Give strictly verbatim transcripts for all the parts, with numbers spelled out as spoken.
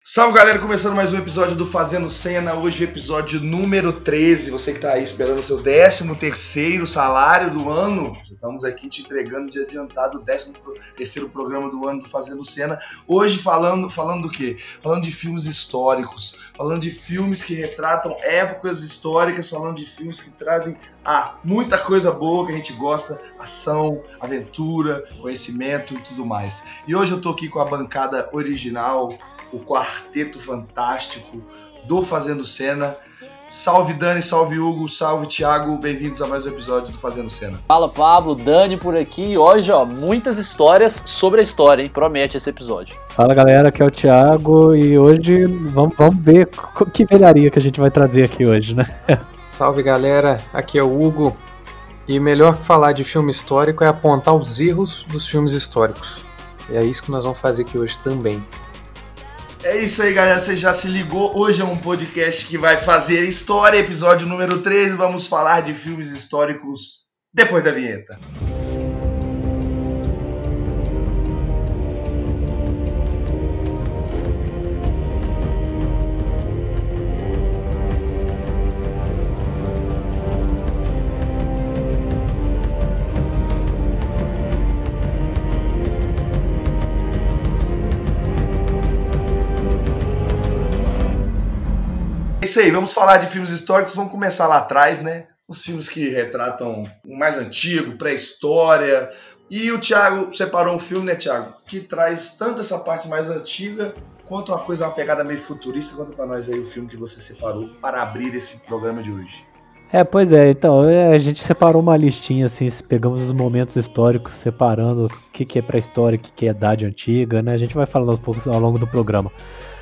Salve galera, começando mais um episódio do Fazendo Cena, hoje o episódio número treze, você que tá aí esperando o seu décimo terceiro salário do ano, estamos aqui te entregando de adiantado o décimo terceiro programa do ano do Fazendo Cena, hoje falando, falando do quê? Falando de filmes históricos, falando de filmes que retratam épocas históricas, falando de filmes que trazem ah, muita coisa boa que a gente gosta, ação, aventura, conhecimento e tudo mais. E hoje eu tô aqui com a bancada original, o quarteto fantástico do Fazendo Cena. Salve Dani, salve Hugo, salve Thiago, bem-vindos a mais um episódio do Fazendo Cena. Fala Pablo, Dani por aqui e hoje, ó, muitas histórias sobre a história, hein? Promete esse episódio. Fala galera, aqui é o Thiago e hoje vamos, vamos ver que velharia que a gente vai trazer aqui hoje, né? Salve galera, aqui é o Hugo e melhor que falar de filme histórico é apontar os erros dos filmes históricos. E é isso que nós vamos fazer aqui hoje também. É isso aí, galera, você já se ligou, hoje é um podcast que vai fazer história, episódio número treze, vamos falar de filmes históricos depois da vinheta. É isso aí, vamos falar de filmes históricos, vamos começar lá atrás, né? Os filmes que retratam o mais antigo, pré-história. E o Thiago separou um filme, né, Thiago? Que traz tanto essa parte mais antiga, quanto uma coisa, uma pegada meio futurista. Conta pra nós aí o filme que você separou para abrir esse programa de hoje. É, pois é, então, a gente separou uma listinha, assim, pegamos os momentos históricos, separando o que, que é pré-história, o que, que é idade antiga, né? A gente vai falando aos poucos ao longo do programa.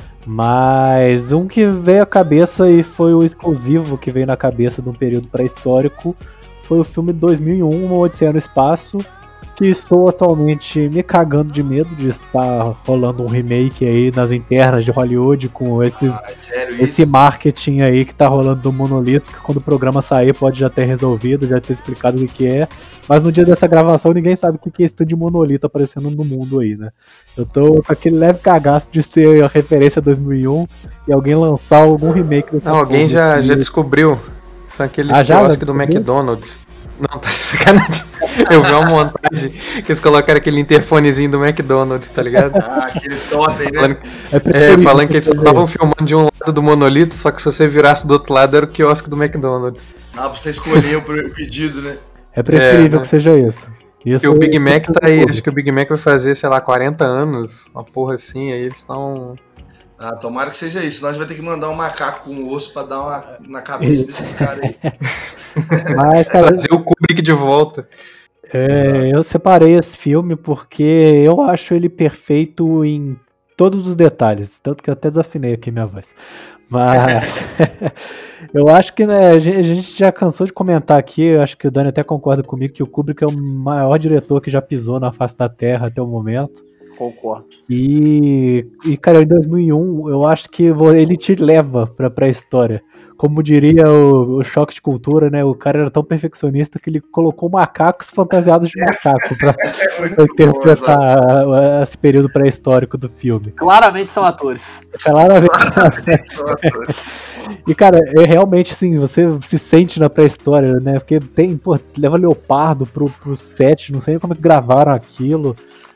Mas um que veio à cabeça e foi o exclusivo que veio na cabeça de um período pré-histórico foi o filme dois mil e um, Uma Odisseia no Espaço, que estou atualmente me cagando de medo de estar rolando um remake aí nas internas de Hollywood com esse, ah, sério, esse marketing aí que tá rolando do Monolito, que quando o programa sair pode já ter resolvido, já ter explicado o que, que é, mas no dia dessa gravação ninguém sabe o que é esse tanto de Monolito aparecendo no mundo aí, né? Eu tô com aquele leve cagaço de ser a referência dois mil e um e alguém lançar algum remake dessa. Não, alguém já, já descobriu. São aqueles ah, quiosques do McDonald's. Não, tá de sacanagem. Eu vi uma montagem que eles colocaram aquele interfonezinho do McDonald's, tá ligado? Ah, aquele totem, né? Falando, é, é, falando que eles estavam filmando de um lado do monolito, só que se você virasse do outro lado era o quiosque do McDonald's. Ah, pra você escolher o pedido, né? É preferível é, que seja isso. Isso e o Big Mac tá aí, acho que o Big Mac vai fazer, sei lá, quarenta anos, uma porra assim, aí eles estão... Ah, tomara que seja isso, senão a gente vai ter que mandar um macaco com osso pra dar uma na cabeça desses caras aí. Mas, cara, trazer o Kubrick de volta. É, eu separei esse filme porque eu acho ele perfeito em todos os detalhes, tanto que eu até desafinei aqui minha voz. Mas eu acho que, né, a gente já cansou de comentar aqui, eu acho que o Dani até concorda comigo que o Kubrick é o maior diretor que já pisou na face da Terra até o momento. Concordo. E, e, cara, em dois mil e um, eu acho que ele te leva pra, pra história. Como diria o, o Choque de Cultura, né? O cara era tão perfeccionista que ele colocou macacos fantasiados de macaco pra, pra interpretar bom, esse período pré-histórico do filme. Claramente são atores. Claramente, Claramente são atores. E, cara, é realmente, assim, você se sente na pré-história, né? Porque tem, pô, leva leopardo pro, pro set, não sei como é que gravaram aquilo.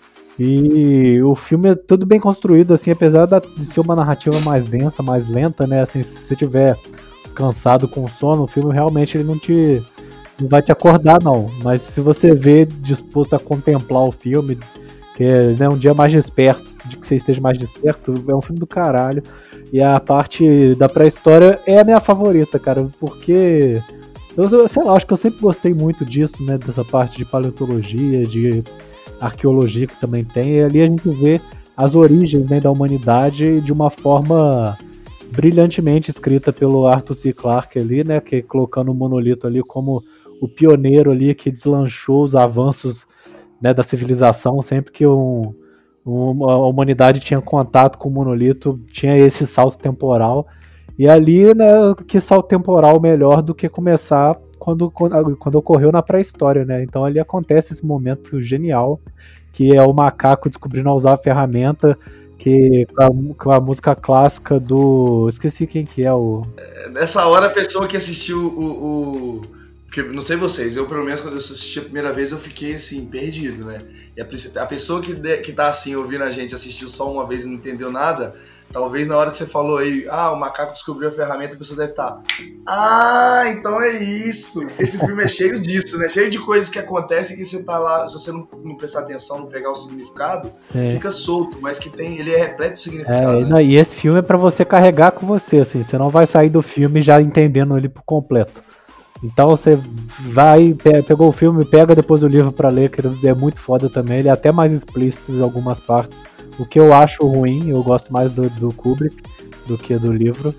E o filme é tudo bem construído, assim, apesar de ser uma narrativa mais densa, mais lenta, né, assim, se você tiver cansado com sono, o filme realmente ele não te não vai te acordar, não, mas se você vê disposto a contemplar o filme, que é, né, um dia mais desperto, de que você esteja mais desperto, é um filme do caralho, e a parte da pré-história é a minha favorita, cara, porque eu, sei lá, acho que eu sempre gostei muito disso, né, dessa parte de paleontologia, de arqueologia que também tem, e ali a gente vê as origens, né, da humanidade de uma forma brilhantemente escrita pelo Arthur C. Clarke ali, né, que colocando o Monolito ali como o pioneiro ali que deslanchou os avanços, né, da civilização. Sempre que um, um, a humanidade tinha contato com o Monolito, tinha esse salto temporal, e ali, né, que salto temporal melhor do que começar quando, quando, quando ocorreu na pré-história, né? Então ali acontece esse momento genial, que é o macaco descobrindo a usar a ferramenta, que com a, com a música clássica do... Esqueci quem que é o... Nessa hora, a pessoa que assistiu o... o... Porque, não sei vocês, eu pelo menos quando eu assisti a primeira vez eu fiquei assim, perdido, né? E a, a pessoa que, de, que tá assim, ouvindo a gente, assistiu só uma vez e não entendeu nada, talvez na hora que você falou aí, ah, o macaco descobriu a ferramenta, a pessoa deve estar, ah, então é isso. Esse filme é cheio disso, né? Cheio de coisas que acontecem que você tá lá, se você não, não prestar atenção, não pegar o significado, é. fica solto, mas que tem, ele é repleto de significado. É, né? não, e esse filme é pra você carregar com você, assim, você não vai sair do filme já entendendo ele por completo. Então você vai, pegou o filme, pega depois o livro pra ler, que é muito foda também, ele é até mais explícito em algumas partes, o que eu acho ruim, eu gosto mais do, do Kubrick do que do livro,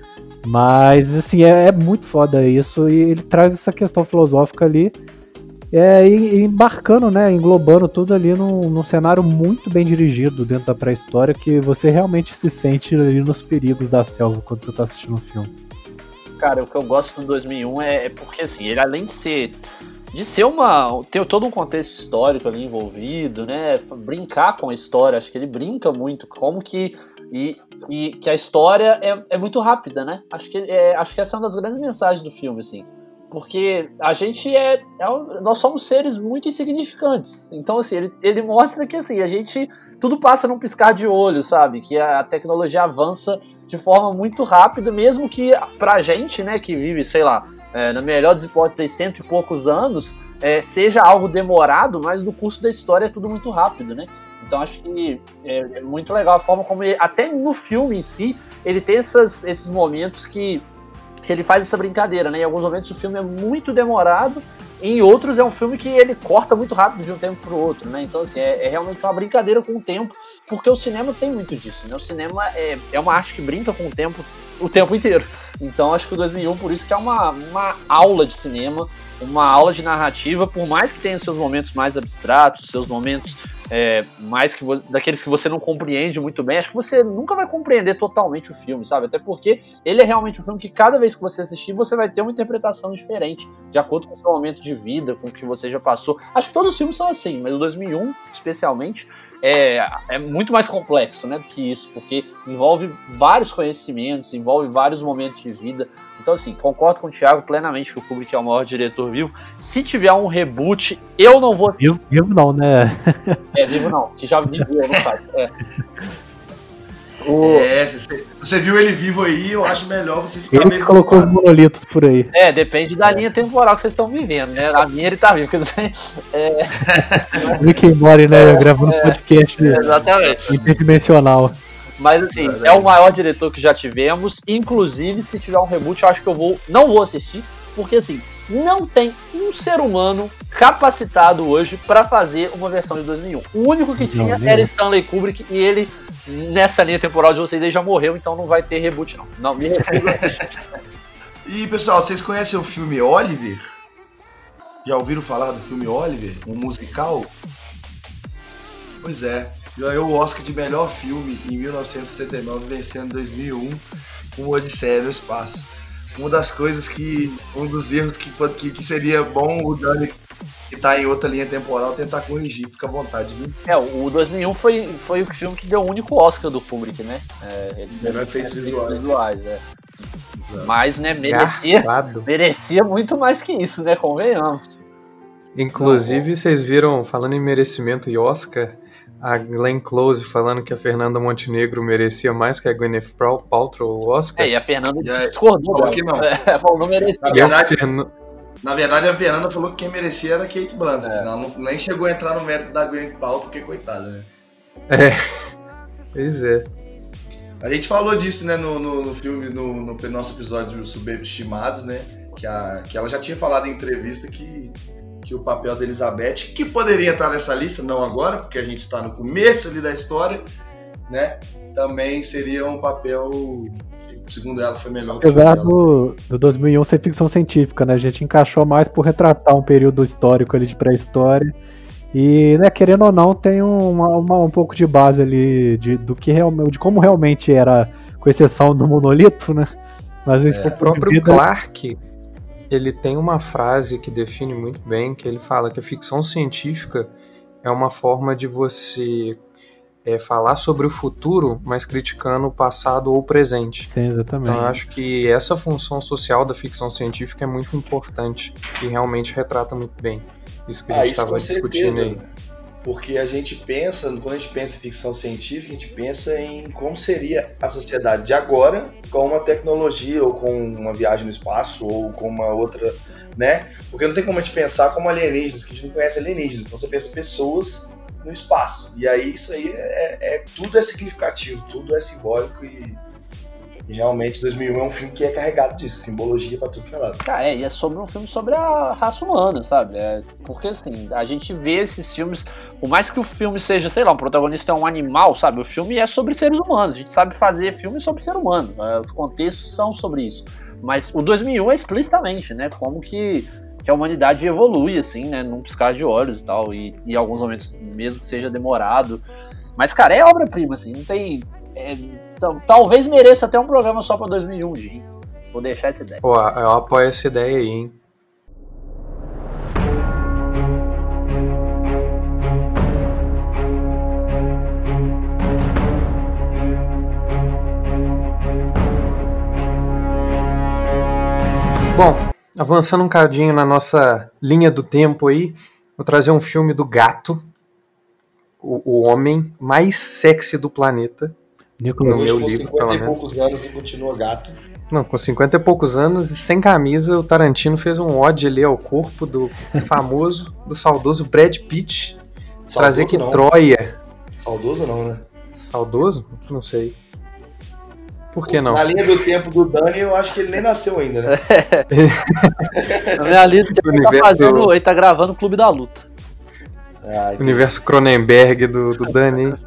mas assim, é, é muito foda isso, e ele traz essa questão filosófica ali, é, embarcando, né, englobando tudo ali num, num cenário muito bem dirigido dentro da pré-história, que você realmente se sente ali nos perigos da selva quando você tá assistindo o filme. Cara, o que eu gosto do dois mil e um é, é porque, assim, ele além de ser, de ser uma, ter todo um contexto histórico ali envolvido, né, brincar com a história, acho que ele brinca muito, como que, e, e que a história é, é muito rápida, né, acho que, é, acho que essa é uma das grandes mensagens do filme, assim, porque a gente é, é nós somos seres muito insignificantes, então, assim, ele, ele mostra que, assim, a gente, tudo passa num piscar de olho, sabe, que a tecnologia avança de forma muito rápida, mesmo que pra gente, né, que vive, sei lá, é, na melhor das hipóteses, cento e poucos anos, é, seja algo demorado, mas no curso da história é tudo muito rápido, né? Então acho que é, é muito legal a forma como ele, até no filme em si, ele tem essas, esses momentos que, que ele faz essa brincadeira, né? Em alguns momentos o filme é muito demorado, em outros é um filme que ele corta muito rápido de um tempo pro outro, né? Então assim, é, é realmente uma brincadeira com o tempo, porque o cinema tem muito disso, né? O cinema é, é uma arte que brinca com o tempo o tempo inteiro. Então acho que o dois mil e um, por isso que é uma, uma aula de cinema, uma aula de narrativa, por mais que tenha seus momentos mais abstratos, seus momentos é, mais que daqueles que você não compreende muito bem, acho que você nunca vai compreender totalmente o filme, sabe? Até porque ele é realmente um filme que cada vez que você assistir, você vai ter uma interpretação diferente, de acordo com o seu momento de vida, com o que você já passou. Acho que todos os filmes são assim, mas o dois mil e um, especialmente, É, é muito mais complexo, né, do que isso, porque envolve vários conhecimentos, envolve vários momentos de vida. Então, assim, concordo com o Thiago plenamente que o Kubrick é o maior diretor vivo. Se tiver um reboot, eu não vou assistir. Vivo, vivo não, né? É, vivo não, que já viveu, não faz. É. O... É, você, você viu ele vivo aí, eu acho melhor você ficar ele meio colocou os monolitos por aí. É, depende da é. linha temporal que vocês estão vivendo, né? A minha ele tá vivo, quer dizer, é... Rick and Morty, né? É, gravando é, podcast é, exatamente. Interdimensional. Mas assim, é, é o maior diretor que já tivemos. Inclusive, se tiver um reboot, eu acho que eu vou, não vou assistir, porque assim, não tem um ser humano capacitado hoje pra fazer uma versão de dois mil e um. O único que tinha não, era Stanley Kubrick, e ele, nessa linha temporal de vocês, ele já morreu, então não vai ter reboot não. Não, me refuso a assistir. E pessoal, vocês conhecem o filme Oliver? Já ouviram falar do filme Oliver? Um musical? Pois é, ganhou o Oscar de melhor filme em mil novecentos e setenta e nove, vencendo em dois mil e um com Odisseia no Espaço. Uma das coisas que, um dos erros que, que, que seria bom o Dani, que tá em outra linha temporal, tentar corrigir, fica à vontade, viu? É, o dois mil e um foi, foi o filme que deu o único Oscar do Kubrick, né? É, ele melhor efeitos visuais. visuais é. Mas, né, merecia, merecia muito mais que isso, né, convenhamos. Inclusive, vocês viram, falando em merecimento e Oscar, a Glenn Close falando que a Fernanda Montenegro merecia mais que a Gwyneth Paltrow o Oscar. É, e a Fernanda discordou. Falou que não. É, falou, não merecia. Na verdade, Fern... na verdade, a Fernanda falou que quem merecia era a Kate Blanchett, é. Senão não, nem chegou a entrar no mérito da Gwyneth Paltrow, porque coitada, né? É, pois é. A gente falou disso, né, no, no, no filme, no, no nosso episódio Subestimados, né, que, a, que ela já tinha falado em entrevista que, que o papel da Elizabeth, que poderia estar nessa lista, não agora, porque a gente está no começo ali da história, né, também seria um papel que, segundo ela, foi melhor que o Apesar do, do dois mil e um ser ficção científica, né, a gente encaixou mais por retratar um período histórico ali de pré-história. E, né, querendo ou não, tem uma, uma, um pouco de base ali de, do que realmente, de como realmente era, com exceção do monolito, né? Mas é, o próprio vida... Clarke, ele tem uma frase que define muito bem, que ele fala que a ficção científica é uma forma de você é falar sobre o futuro, mas criticando o passado ou o presente. Sim, exatamente. Então eu acho que essa função social da ficção científica é muito importante e realmente retrata muito bem isso que a Ah, gente isso estava com discutindo certeza. aí. Porque a gente pensa, quando a gente pensa em ficção científica, a gente pensa em como seria a sociedade de agora com uma tecnologia, ou com uma viagem no espaço, ou com uma outra, né? Porque não tem como a gente pensar como alienígenas, que a gente não conhece alienígenas. Então você pensa pessoas no espaço. E aí isso aí é, é tudo é significativo, tudo é simbólico e, e realmente dois mil e um é um filme que é carregado disso, simbologia pra tudo que é lado. Ah, é, e é sobre um filme sobre a raça humana, sabe? É, porque assim, a gente vê esses filmes, por mais que o filme seja, sei lá, um protagonista é um animal, sabe? O filme é sobre seres humanos, a gente sabe fazer filme sobre ser humano, né? Os contextos são sobre isso. Mas o dois mil e um é explicitamente, né? Como que, que a humanidade evolui, assim, né? Num piscar de olhos e tal, e em alguns momentos, mesmo que seja demorado. Mas, cara, é obra-prima, assim, não tem... É, talvez mereça até um programa só pra dois mil e um, gente. Vou deixar essa ideia. Pô, eu apoio essa ideia aí, hein? Bom, avançando um cadinho na nossa linha do tempo aí, vou trazer um filme do gato, o, o homem mais sexy do planeta. Nicolas, no meu com livro, cinquenta pelo e menos. poucos anos e continua gato. Não, com cinquenta e poucos anos e sem camisa, o Tarantino fez um ode ali ao corpo do famoso, do saudoso Brad Pitt. Saudoso trazer que não. Troia. Saudoso não, né? Saudoso? Não sei. Por que não? Na linha do tempo do Dani, eu acho que ele nem nasceu ainda, né? Na minha lista, ele, tá Universo- fazendo, ele tá gravando o Clube da Luta. Ah, Universo Cronenberg do, do Dani. hein?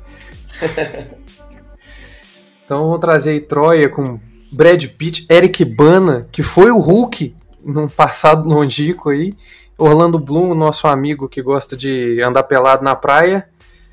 Então vamos trazer aí Troia com Brad Pitt, Eric Bana, que foi o Hulk num passado longínquo aí. Orlando Bloom, nosso amigo que gosta de andar pelado na praia.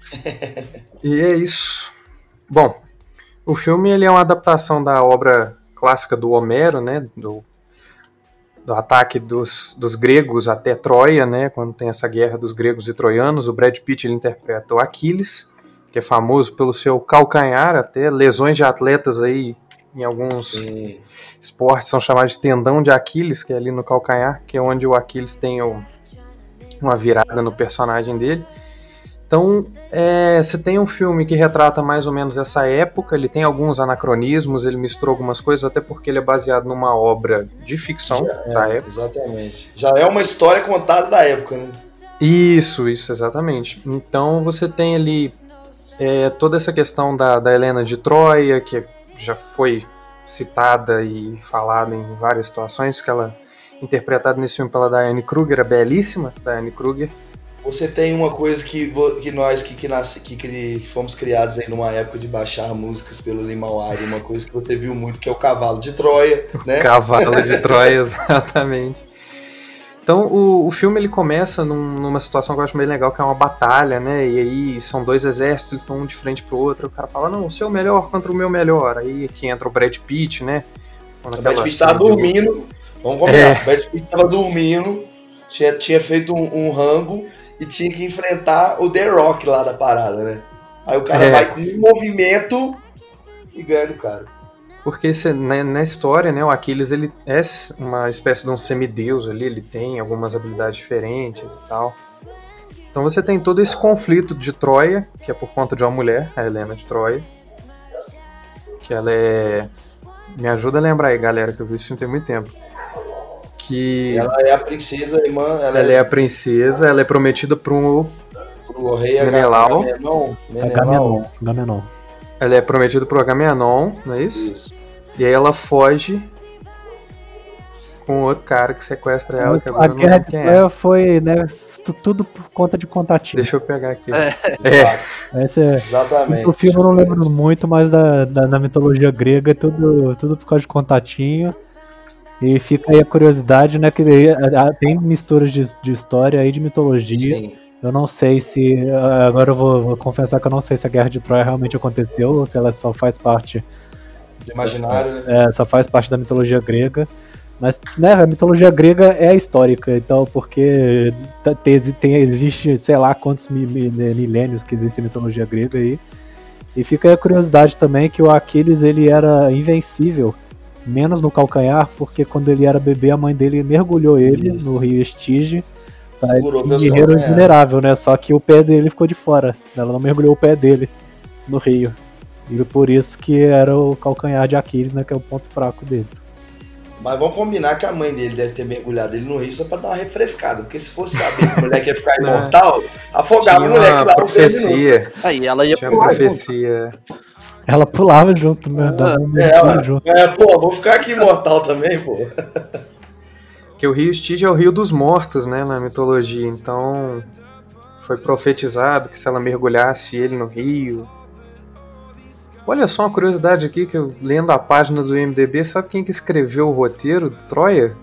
E é isso. Bom, o filme ele é uma adaptação da obra clássica do Homero, né? Do, do ataque dos, dos gregos até Troia, né? Quando tem essa guerra dos gregos e troianos. O Brad Pitt ele interpreta o Aquiles, que é famoso pelo seu calcanhar, até lesões de atletas aí em alguns Sim. esportes são chamados de tendão de Aquiles, que é ali no calcanhar, que é onde o Aquiles tem o, uma virada no personagem dele. Então, é, você tem um filme que retrata mais ou menos essa época, ele tem alguns anacronismos, ele misturou algumas coisas, até porque ele é baseado numa obra de ficção Já da é, época. exatamente. Já é uma história contada da época, né? Isso, isso, exatamente. Então você tem ali é, toda essa questão da, da Helena de Troia, que já foi citada e falada em várias situações, que ela interpretada nesse filme pela Diane Kruger, é belíssima, Diane Kruger. Você tem uma coisa que, vo- que nós que, que, nasce, que, cri- que fomos criados aí numa época de baixar músicas pelo Limauari, uma coisa que você viu muito, que é o Cavalo de Troia, né? Cavalo de Troia, exatamente. Então o, o filme ele começa num, numa situação que eu acho bem legal, que é uma batalha, né? E aí são dois exércitos, eles estão um de frente pro outro, o cara fala, não, o seu melhor contra o meu melhor. Aí aqui entra o Brad Pitt, né? O Brad Pitt tava cena de- dormindo, vamos combinar, É. o Brad Pitt tava dormindo, tinha, tinha feito um, um rango e tinha que enfrentar o The Rock lá da parada, né? Aí o cara É. vai com um movimento e ganha do cara. Porque cê, né, na história, né, o Aquiles ele é uma espécie de um semideus ali, ele tem algumas habilidades diferentes e tal. Então você tem todo esse conflito de Troia, que é por conta de uma mulher, a Helena de Troia. Que ela é... Me ajuda a lembrar aí, galera, que eu vi isso tem muito tempo. Que Ela é a princesa, a irmã, ela, ela é a princesa, ela é prometida para um... pro rei Menelau. Agamenon. Menelau. Agamenon. Agamenon. Ela é prometida pro Agamenon, não é isso? Isso. E aí ela foge com outro cara que sequestra ela, que A agora eu não guerra lembro de quem é. Troia foi, né, tu- tudo por conta de contatinho. Deixa eu pegar aqui. É. Exato. Essa é... Exatamente. O filme eu não lembro muito, mas da, da, da mitologia grega é tudo, tudo por causa de contatinho. E fica aí a curiosidade, né, que a- a- tem misturas de, de história e de mitologia. Sim. Eu não sei se... Agora eu vou, vou confessar que eu não sei se a Guerra de Troia realmente aconteceu ou se ela só faz parte... Do imaginário, né? É, só faz parte da mitologia grega. Mas, né, a mitologia grega é a histórica, então, porque tá- tem, tem- existe, sei lá, quantos mi- mi- milênios que existe a mitologia grega aí. E fica aí a curiosidade também que o Aquiles ele era invencível, menos no calcanhar, porque quando ele era bebê a mãe dele mergulhou ele Isso. no rio Estige. Tá? Um guerreiro vulnerável, né? Só que o pé dele ficou de fora. Ela não mergulhou o pé dele no rio. E por isso que era o calcanhar de Aquiles, né? Que é o ponto fraco dele. Mas vamos combinar que a mãe dele deve ter mergulhado ele no rio só pra dar uma refrescada. Porque se fosse saber que o moleque ia ficar imortal, afogava o moleque lá no profecia. Aí ela ia Tinha pular profecia. Junto. Ela pulava junto, né? É, ela, junto. é, pô, vou ficar aqui imortal também, pô. Que o rio Estige é o rio dos mortos, né, na mitologia. Então, foi profetizado que se ela mergulhasse ele no rio... Olha só uma curiosidade aqui, que eu lendo a página do I M D B, sabe quem que escreveu o roteiro de Troia?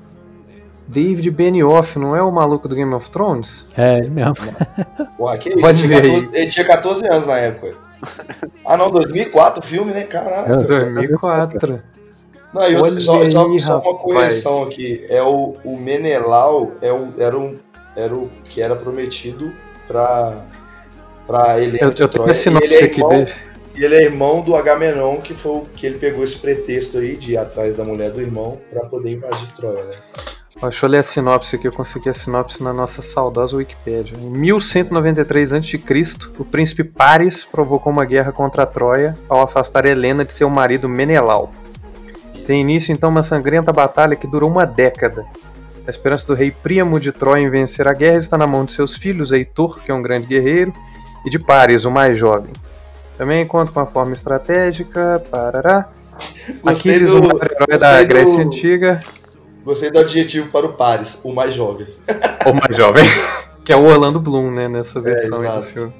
David Benioff, não é o maluco do Game of Thrones? É, ele mesmo. Pô, que isso? Pode ele, tinha catorze, ele tinha catorze anos na época. Ah não, dois mil e quatro o filme, né? Caraca. dois mil e quatro. Não, e outra, só, aí, só, só uma correção aqui. É o, o Menelau é o, era, um, era o que era prometido pra, pra Helena eu, de eu Troia. E ele, é irmão, aqui e ele é irmão do Agamenon, que foi o que ele pegou esse pretexto aí de ir atrás da mulher do irmão pra poder invadir Troia, né? Deixa eu ler a sinopse aqui, eu consegui a sinopse na nossa saudosa Wikipédia. Em mil cento e noventa e três antes de Cristo, o príncipe Paris provocou uma guerra contra a Troia ao afastar Helena de seu marido Menelau. Tem início então uma sangrenta batalha que durou uma década. A esperança do rei Príamo de Troia em vencer a guerra está na mão de seus filhos, Heitor, que é um grande guerreiro, e de Paris, o mais jovem. Também conta com a forma estratégica, parará. Gostei Aquiles, do, o maior herói da Grécia do... Antiga. Gostei do adjetivo para o Paris, o mais jovem. O mais jovem, que é o Orlando Bloom, né, nessa versão é, aí do filme.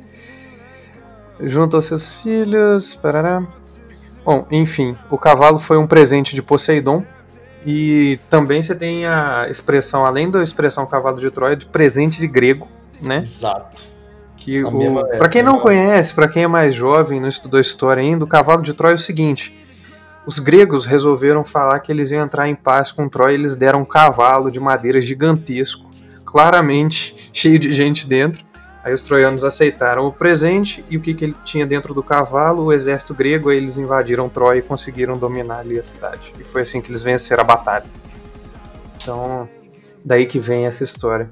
Junto aos seus filhos, parará. Bom, enfim, o cavalo foi um presente de Poseidon, e também você tem a expressão, além da expressão cavalo de Troia, de presente de grego, né? Exato. Que o... Para quem não conhece, para quem é mais jovem, não estudou história ainda, o cavalo de Troia é o seguinte: os gregos resolveram falar que eles iam entrar em paz com Troia, eles deram um cavalo de madeira gigantesco, claramente cheio de gente dentro. Aí os troianos aceitaram o presente, e o que, que ele tinha dentro do cavalo? O exército grego. Aí eles invadiram Troia e conseguiram dominar ali a cidade. E foi assim que eles venceram a batalha. Então, daí que vem essa história.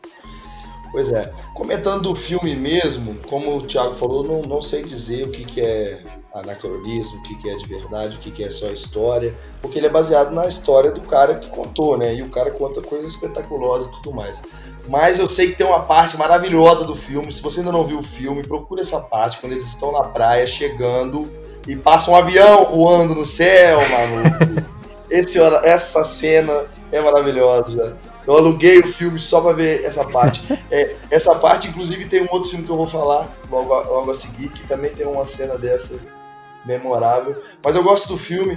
Pois é. Comentando do filme mesmo, como o Thiago falou, não, não sei dizer o que, que é anacronismo, o que, que é de verdade, o que, que é só história, porque ele é baseado na história do cara que contou, né? E o cara conta coisas espetaculosas e tudo mais. Mas eu sei que tem uma parte maravilhosa do filme. Se você ainda não viu o filme, procura essa parte, quando eles estão na praia, chegando, e passa um avião voando no céu, mano. Esse, essa cena é maravilhosa, já. Eu aluguei o filme só pra ver essa parte. É, essa parte, inclusive, tem um outro filme que eu vou falar logo a, logo a seguir, que também tem uma cena dessa memorável. Mas eu gosto do filme.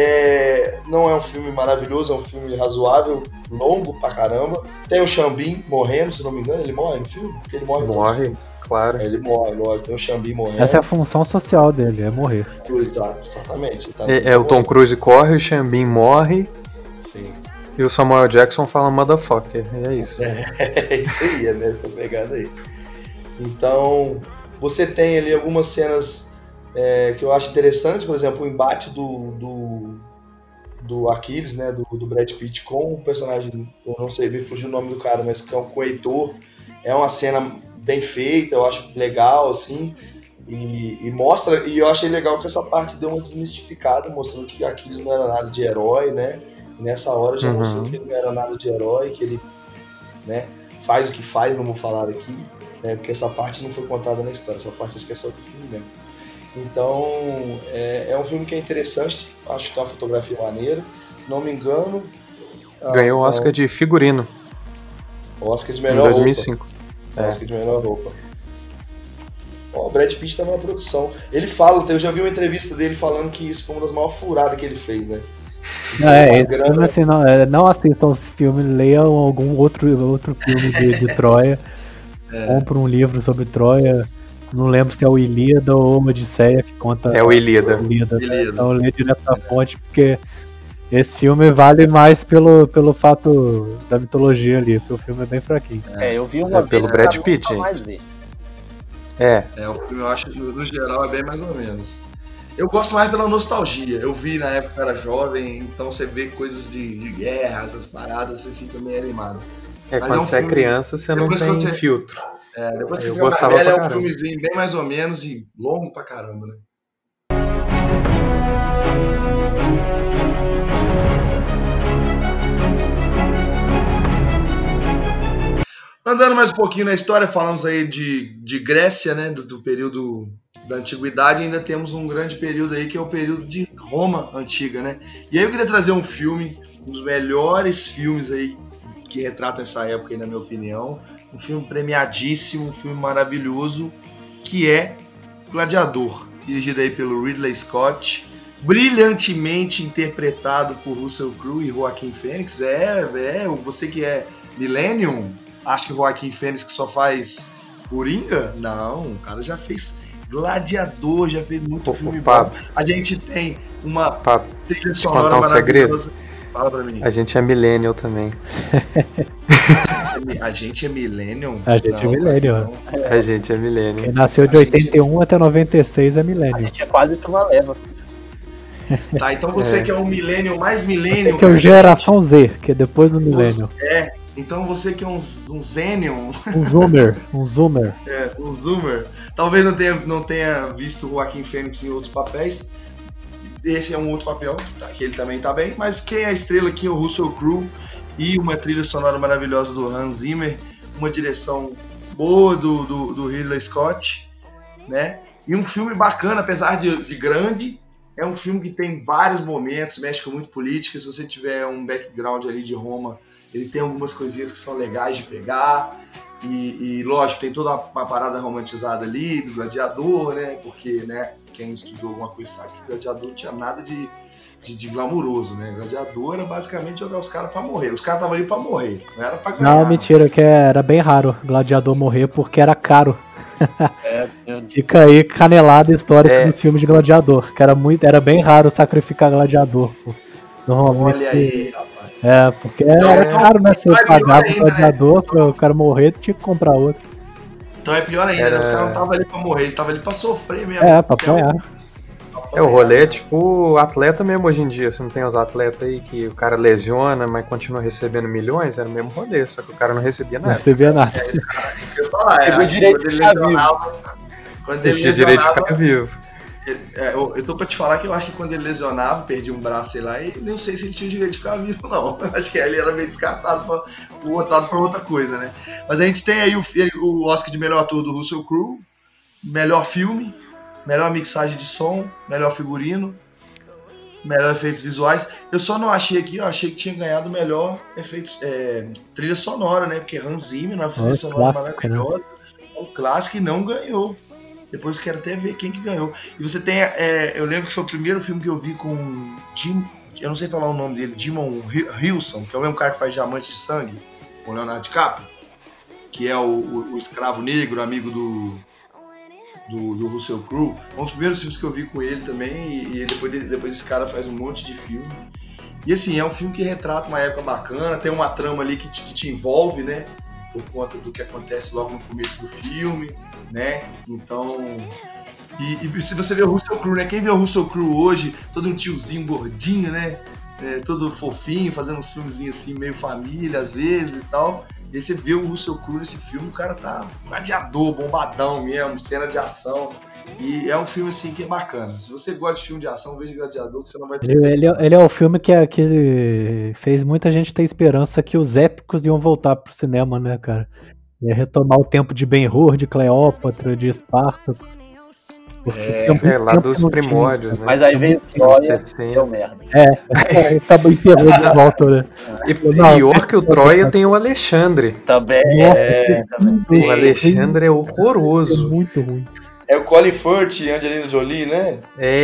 É, não é um filme maravilhoso, é um filme razoável, longo pra caramba. Tem o Xambim morrendo, se não me engano. Ele morre no filme? Porque ele morre. Morre, claro. É, ele morre, lógico. Tem o Xambim morrendo. Essa é a função social dele, é morrer. Exato, exatamente. Tá é, é o Tom Cruise corre, o Xambim morre. Sim. E o Samuel Jackson fala motherfucker, e é isso. É, é isso aí, é nessa pegada aí. Então, você tem ali algumas cenas é, que eu acho interessantes, por exemplo, o embate do, do, do Aquiles, né, do, do Brad Pitt com o personagem, eu não sei, me fugiu o nome do cara, mas que é com o Heitor. É uma cena bem feita, eu acho legal, assim, e, e mostra, e eu achei legal que essa parte deu uma desmistificada, mostrando que Aquiles não era nada de herói, né? Nessa hora já uhum. mostrou que ele não era nada de herói, que ele, né, faz o que faz, não vou falar aqui, né, porque essa parte não foi contada na história, essa parte acho que é só do filme mesmo. Então, é, é um filme que é interessante, acho que tem uma fotografia maneira, não me engano... Ganhou o Oscar de figurino. Oscar de melhor em dois mil e cinco. roupa. É. Oscar de melhor roupa. Ó, o Brad Pitt estava na produção. Ele fala, eu já vi uma entrevista dele falando que isso foi uma das maiores furadas que ele fez, né? Não, é, esse grana... filme, assim, não, é, não assistam esse filme, leiam algum outro, outro filme de, de Troia, é. Compre um livro sobre Troia, não lembro se é o Ilíada ou Odisseia que conta. É o Ilíada. Ilíada, né? Então lê direto da fonte, porque esse filme vale mais pelo, pelo fato da mitologia ali, porque o filme é bem fraquinho. É, eu vi uma é, pelo Brad Pitt. É. É, o filme eu acho que no geral é bem mais ou menos. Eu gosto mais pela nostalgia. Eu vi na época que eu era jovem, então você vê coisas de, de guerra, essas paradas, você fica meio animado. É, Mas quando é um você é filme- criança, você não depois tem quando você- filtro. É, depois que Eu você fica mais gostava velho, é pra um caramba. filmezinho bem mais ou menos e longo pra caramba, né? Andando mais um pouquinho na história, falamos aí de, de Grécia, né, do, do período da antiguidade, ainda temos um grande período aí que é o período de Roma antiga, né? E aí eu queria trazer um filme, um dos melhores filmes aí que retratam essa época aí, na minha opinião, um filme premiadíssimo, um filme maravilhoso, que é Gladiador, dirigido aí pelo Ridley Scott, brilhantemente interpretado por Russell Crowe e Joaquin Phoenix. É, é, você que é Millennium, acha que o Joaquin Phoenix que só faz Coringa? Não, o cara já fez Gladiador, já fez muito Pô, filme pá. bom. A gente tem uma Pra trilha contar sonora um maravilhosa. Fala pra mim. A gente é millennial também. A gente é Millennium? A gente é Millennium. não. A gente é millennial. Quem nasceu de oitenta e um até noventa e seis é A milênio. gente é quase que uma leva. Tá, então você É. que é um Millennium mais Millennium. Que é o que a geração Z, que é depois do gente. milênio. É, então você que é um, um Zenium, Um zoomer, um zoomer. é, um Zoomer, talvez não tenha, não tenha visto o Joaquin Phoenix em outros papéis. Esse é um outro papel, tá, que ele também tá bem, mas quem é a estrela aqui é o Russell Crowe e uma trilha sonora maravilhosa do Hans Zimmer, uma direção boa do, do, do Ridley Scott, né? E um filme bacana, apesar de, de grande, é um filme que tem vários momentos, mexe com muito política. Se você tiver um background ali de Roma, ele tem algumas coisinhas que são legais de pegar. E, e lógico, tem toda uma, uma parada romantizada ali do Gladiador, né? Porque, né, quem estudou alguma coisa sabe que Gladiador não tinha nada de, de, de glamuroso, né? Gladiador era basicamente jogar os caras pra morrer. Os caras estavam ali pra morrer, não era pra ganhar. Não, mentira, que era bem raro gladiador morrer porque era caro. É, eu- Fica aí canelada histórica É. dos filmes de gladiador, que era muito, era bem raro sacrificar gladiador. Pô. Normalmente, Olha aí, rapaz. É, porque Então, era então, caro, né? Você então é pior pagava o ainda, gladiador para o cara morrer, tinha que comprar outro. Então é pior ainda, Era- né? Os caras não estavam ali pra morrer, eles estavam ali pra sofrer mesmo. É, pra apanhar. É, o rolê é tipo atleta mesmo hoje em dia. Você não tem os atletas aí que o cara lesiona, mas continua recebendo milhões? Era o mesmo rolê, só que o cara não recebia Não nada. recebia nada. Isso que eu ia falar, é, Pegou acho que direito quando ele de ficar lesionava. Quando Ele ele tinha direito de lesionava. ficar vivo. É, eu, eu tô pra te falar que eu acho que quando ele lesionava, perdia um braço, sei lá, e não sei se ele tinha o direito de ficar vivo, não. Eu acho que ele era meio descartado, pra, botado pra outra coisa, né? Mas a gente tem aí o, o Oscar de melhor ator do Russell Crowe, melhor filme, melhor mixagem de som, melhor figurino, melhor efeitos visuais. Eu só não achei aqui, eu achei que tinha ganhado melhor efeitos, é, trilha sonora, né? Porque Hans Zimmer, uma trilha É, sonora clássico, né? maravilhosa, é um clássico e não ganhou. Depois eu quero até ver quem que ganhou. E você tem, é, eu lembro que foi o primeiro filme que eu vi com Jim, eu não sei falar o nome dele, Jimon Hilson, que é o mesmo cara que faz Diamante de Sangue, com o Leonardo DiCaprio, que é o, o, o escravo negro, amigo do, do, do Russell Crowe. Um dos primeiros filmes que eu vi com ele também, e, e depois, depois esse cara faz um monte de filme. E assim, é um filme que retrata uma época bacana, tem uma trama ali que te, que te envolve, né? Por conta do que acontece logo no começo do filme, né? Então... E, e se você vê o Russell Crowe, né? Quem vê o Russell Crowe hoje, todo um tiozinho gordinho, né? É, todo fofinho, fazendo uns filmezinhos assim, meio família às vezes e tal. E aí você vê o Russell Crowe nesse filme, o cara tá gladiador, bombadão mesmo, cena de ação. E é um filme assim que é bacana. Se você gosta de filme de ação, veja Gladiador, que você não vai ter. Ele, ele, é- ele é o filme que, é- que fez muita gente ter esperança que os épicos iam voltar pro cinema, né, cara? Ia retomar o tempo de Ben-Hur, de Cleópatra, de Espartacus. Porque É, tinha muito É, lá tempo dos que não tinha. primórdios, né? Mas aí veio Anos Troia, sessenta. deu merda. É, acabou enterrando de volta, né? E Não, pior que o Troia tem o Alexandre. Também. Nossa, É, que O Alexandre é é horroroso. muito ruim. é o Colin Firth e Angelina Jolie, né?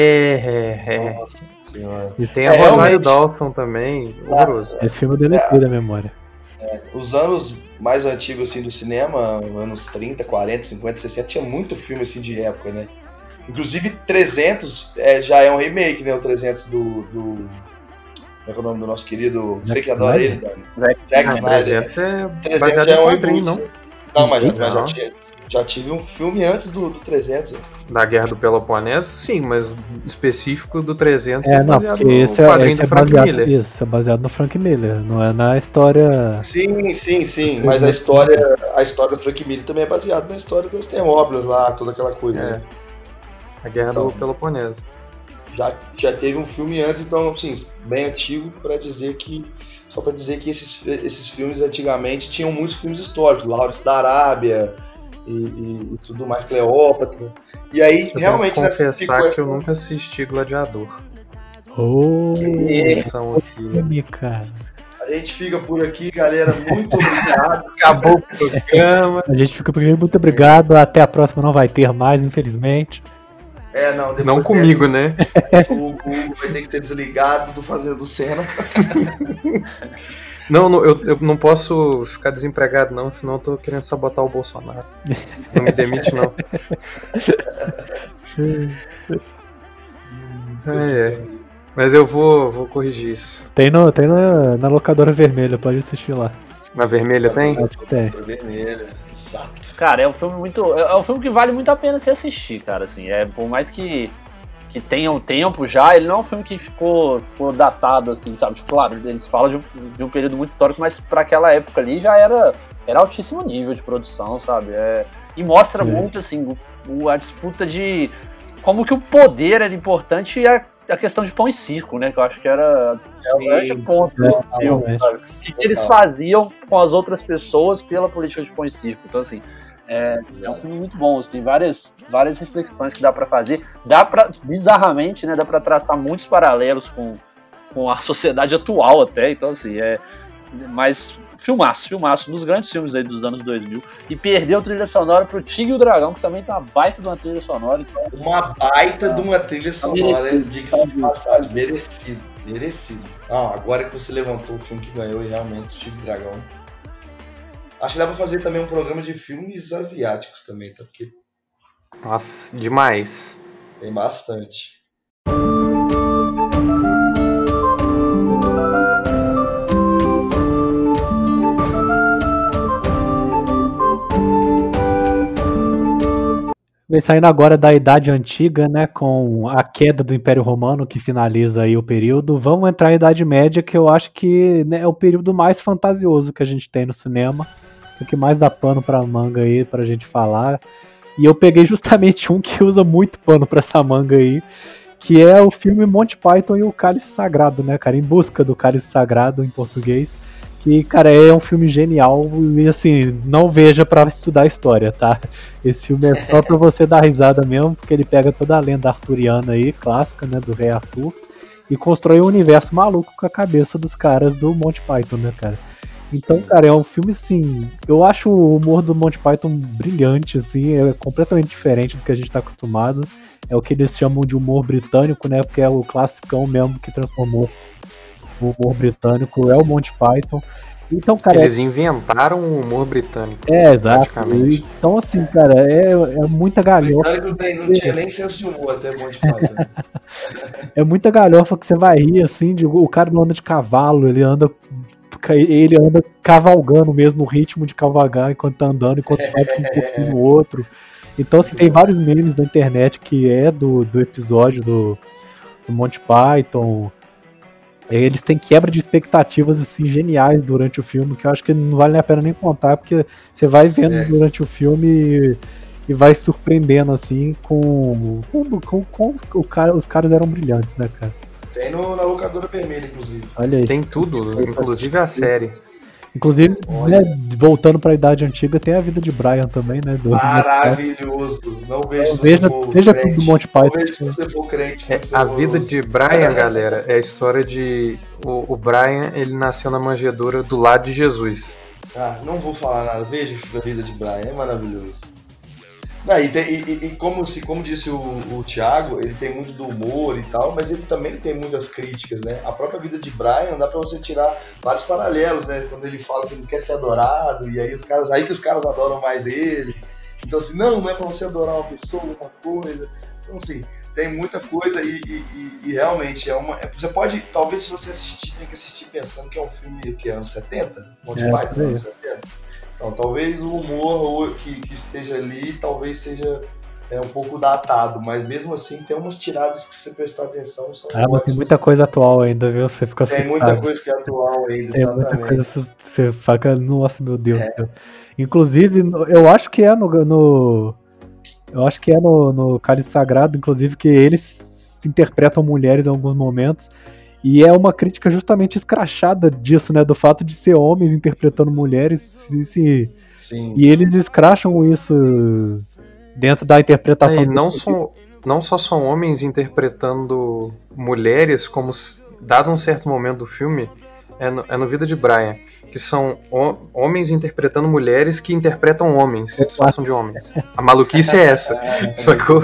É, é, é. Nossa senhora. E tem a É, Rosário realmente. Dawson também, horroroso. Esse filme eu deletei da memória. Os anos mais antigos assim do cinema, anos trinta, quarenta, cinquenta, sessenta, tinha muito filme assim de época, né? Inclusive trezentos é, já é um remake, né? O trezentos do, do... Como é que é o nome do nosso querido? Você Zack que adora Snyder? ele, Dani. Zack Ah, Snyder. trezentos é trezentos baseado já é em um quadrinho, reboot. não? Não, mas já, mas já Não. tinha. Já tive um filme antes do, do trezentos. Né? Da Guerra do Peloponeso, sim, mas específico do trezentos é, é não, baseado porque no esse é, quadrinho esse do é Frank baseado, Miller. Isso, é baseado no Frank Miller, não é na história... Sim, sim, sim, mas a história, a história do Frank Miller também é baseada na história dos Termópilas lá, toda aquela coisa. É. Né? A Guerra Então, do Peloponeso. Já, já teve um filme antes, então, assim, bem antigo, para dizer que... Só para dizer que esses, esses filmes antigamente tinham muitos filmes históricos, Lawrence da Arábia e, e, e tudo mais, Cleópatra. E aí, eu realmente, tenho que confessar que essa... eu nunca assisti Gladiador. Oh, Edição aqui. filme, cara. A gente fica por aqui, galera. Muito obrigado. Acabou o programa. A gente fica por aqui, muito obrigado. Até a próxima, não vai ter mais, infelizmente. É, não, depois não comigo, dessa, né? O Hugo vai ter que ser desligado do Fazendo Cena. Não, não eu, eu não posso ficar desempregado, não, senão eu tô querendo sabotar o Bolsonaro. Não me demite, não. É, é. Mas eu vou, vou corrigir isso. Tem, no, tem na, na locadora vermelha, pode assistir lá. Na vermelha tem? Acho que tem. Vermelha, exato. Cara, é um filme muito. É um filme que vale muito a pena se assistir, cara. Assim, é, por mais que, que tenha um tempo já, ele não é um filme que ficou, ficou datado, assim, sabe? Tipo, claro, eles falam de um, de um período muito histórico, mas pra aquela época ali já era, era altíssimo nível de produção, sabe? É, e mostra Sim. muito, assim, o, a disputa de como que o poder era importante e a, a questão de pão e circo, né? Que eu acho que era, era o grande ponto do É, filme, realmente. sabe? O que, que eles faziam com as outras pessoas pela política de pão e circo. Então, assim, é, é um filme muito bom. Tem várias, várias reflexões que dá pra fazer. Dá pra, bizarramente, né? Dá pra traçar muitos paralelos com, com a sociedade atual até. Então, assim, é... Mas filmaço, filmaço, um dos grandes filmes aí dos anos dois mil. E perdeu trilha sonora pro Tigre e o Dragão, que também tem uma baita de uma trilha sonora. Então... Uma baita de uma trilha sonora, merecido. diga-se de passagem. Merecido, merecido. Ah, agora que você levantou o filme que ganhou, e realmente, o Tigre e o Dragão. Acho que dá pra fazer também um programa de filmes asiáticos também, tá? Porque Nossa, demais. tem bastante. Vem saindo agora da Idade Antiga, né, com a queda do Império Romano, que finaliza aí o período. Vamos entrar em Idade Média, que eu acho que, né, é o período mais fantasioso que a gente tem no cinema, o que mais dá pano pra manga aí pra gente falar. E eu peguei justamente um que usa muito pano pra essa manga aí, que é o filme Monty Python e o Cálice Sagrado, né, cara, Em Busca do Cálice Sagrado em português. Que, cara, é um filme genial e, assim, não veja pra estudar história, tá? Esse filme é só pra você dar risada mesmo, porque ele pega toda a lenda arturiana aí, clássica, né, do rei Arthur, e constrói um universo maluco com a cabeça dos caras do Monty Python, né, cara? Então, cara, é um filme, assim, eu acho o humor do Monty Python brilhante, assim, é completamente diferente do que a gente tá acostumado. É o que eles chamam de humor britânico, né, porque é o classicão mesmo que transformou o humor britânico, é o Monty Python. Então, cara, Eles inventaram o humor britânico. é, exato. praticamente. Então, assim, cara, é, é muita galhofa. Não, tem, não tinha nem senso de humor até Monty Python. É muita galhofa que você vai rir, assim, de, o cara não anda de cavalo, ele anda ele anda cavalgando mesmo, no ritmo de cavalgar enquanto tá andando, enquanto bate um pouquinho no outro. Então, assim, tem vários memes na internet que é do, do episódio do, do Monty Python. Eles têm quebra de expectativas, assim, geniais durante o filme, que eu acho que não vale a pena nem contar, porque você vai vendo é. durante o filme e, e vai surpreendendo, assim, com, com, com, com o cara, os caras eram brilhantes, né, cara? Tem no, na locadora vermelha, inclusive. Olha aí. Tem tudo, inclusive a série. Inclusive, né, voltando pra Idade Antiga, tem a vida de Brian também, né? Do, Maravilhoso. Não vejo se veja, você for veja crente. tudo do Monty Python. Não vejo se você for crente. É, a vida de Brian, galera, é a história de... O, o Brian, ele nasceu na manjedoura do lado de Jesus. Ah, não vou falar nada. Veja a vida de Brian, é maravilhoso. Não, e, tem, e, e como, se, como disse o, o Thiago, ele tem muito do humor e tal, mas ele também tem muitas críticas, né? A própria vida de Brian dá pra você tirar vários paralelos, né? Quando ele fala que não quer ser adorado, e aí os caras, aí que os caras adoram mais ele. Então assim, não, não é pra você adorar uma pessoa, uma coisa. Então assim, tem muita coisa e, e, e, e realmente é uma... É, você pode, talvez se você assistir, tem que assistir pensando que é um filme que é anos setenta, Monty é, Python, anos setenta. Então, talvez o humor que, que esteja ali, talvez seja é, um pouco datado, mas mesmo assim tem umas tiradas que se você prestar atenção são Ah, mas tem ótimas. muita coisa atual ainda, viu? Você fica Tem assustado. muita coisa que é atual ainda, Tem exatamente. muita coisa que você fica, nossa, meu Deus. É. Inclusive, eu acho que é no... no eu acho que é no, no Cálice Sagrado, inclusive, que eles interpretam mulheres em alguns momentos. E é uma crítica justamente escrachada disso, né? Do fato de ser homens interpretando mulheres. E, se, Sim. e eles escracham isso dentro da interpretação. É, e não, só, não só são homens interpretando mulheres, como dado um certo momento do filme, é no, é no Vida de Brian, que são o, homens interpretando mulheres que interpretam homens, se disfarçam de homens. A maluquice é essa, é sacou?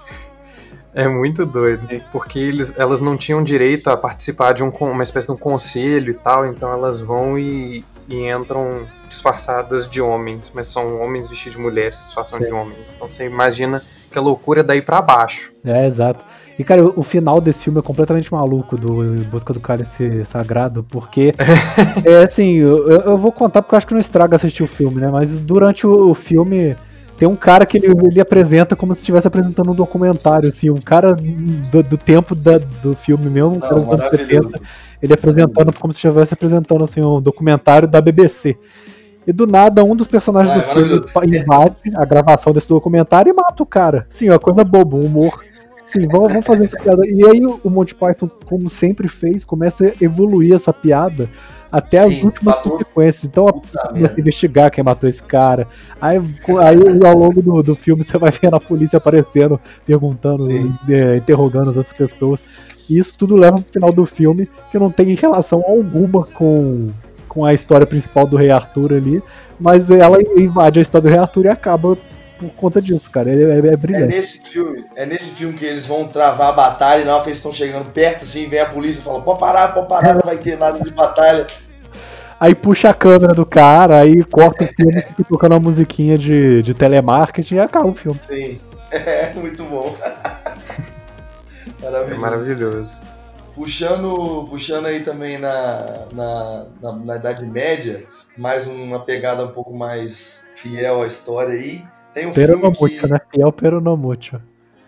É muito doido, porque eles, elas não tinham direito a participar de um, uma espécie de um conselho e tal, então elas vão e, e entram disfarçadas de homens, mas são homens vestidos de mulheres disfarçando de homens. Então você imagina que a loucura é daí pra baixo. É, exato. E, cara, o final desse filme é completamente maluco, do Em Busca do Cálice Sagrado, porque, é assim, eu, eu vou contar porque eu acho que não estraga assistir o filme, né, mas durante o, o filme tem um cara que ele, ele apresenta como se estivesse apresentando um documentário, assim, um cara do, do tempo da, do filme mesmo, um cara dos anos setenta, ele apresentando como se estivesse apresentando, assim, um documentário da B B C. E do nada, um dos personagens ah, do filme invade a gravação desse documentário e mata o cara. Sim, é uma coisa boba, um humor. Sim, vamos, vamos fazer essa piada. E aí o Monty Python, como sempre fez, começa a evoluir essa piada até Sim, as últimas matou. consequências. Então, a começa a investigar quem matou esse cara. Aí, aí ao longo do, do filme, você vai vendo a polícia aparecendo, perguntando, é, interrogando as outras pessoas. E isso tudo leva pro final do filme, que não tem relação alguma com, com a história principal do Rei Arthur ali, mas ela invade a história do Rei Arthur e acaba por conta disso, cara. É, é, é brilhante. É nesse filme, é nesse filme que eles vão travar a batalha e na hora que eles estão chegando perto, assim, vem a polícia e fala, pode parar, pode parar, não vai ter nada de batalha. Aí puxa a câmera do cara, aí corta o filme, fica tocando uma musiquinha de, de telemarketing e acaba o filme. Sim, é muito bom. Maravilhoso. É maravilhoso. Puxando, puxando aí também na, na, na, na Idade Média, mais uma pegada um pouco mais fiel à história aí. Tem um pero filme no que... mucho, né? Fiel, pero no mucho.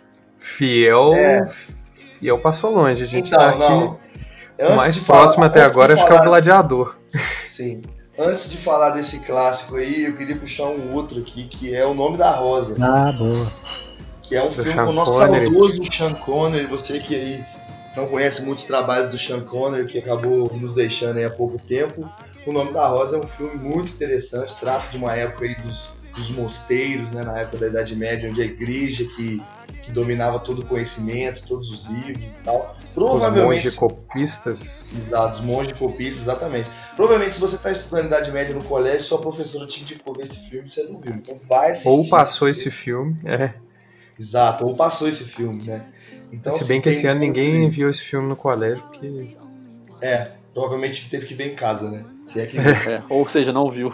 Fiel... É. Fiel passou longe, a gente então, tá aqui... Não. O mais próximo falar, até agora acho que é o Gladiador. Sim. Antes de falar desse clássico aí, eu queria puxar um outro aqui, que é O Nome da Rosa. Ah, boa. Que é um do filme Sean com o nosso Connery. saudoso Sean Connery. Você que aí não conhece muitos trabalhos do Sean Connery, que acabou nos deixando aí há pouco tempo. O Nome da Rosa é um filme muito interessante, trata de uma época aí dos, dos mosteiros, né, na época da Idade Média, onde a igreja que, que dominava todo o conhecimento, todos os livros e tal. Provavelmente, os monges copistas. Exato, os monges copistas, exatamente. Provavelmente, se você está estudando Idade Média no colégio, sua professora te indicou ver esse filme e você não viu. Então vai assistir. Ou passou esse filme, esse filme é. Exato, ou passou esse filme, né? Então, se bem assim, que esse ano ninguém viu esse filme no colégio, porque... É, provavelmente teve que ver em casa, né? Se é que é, ou seja, não viu.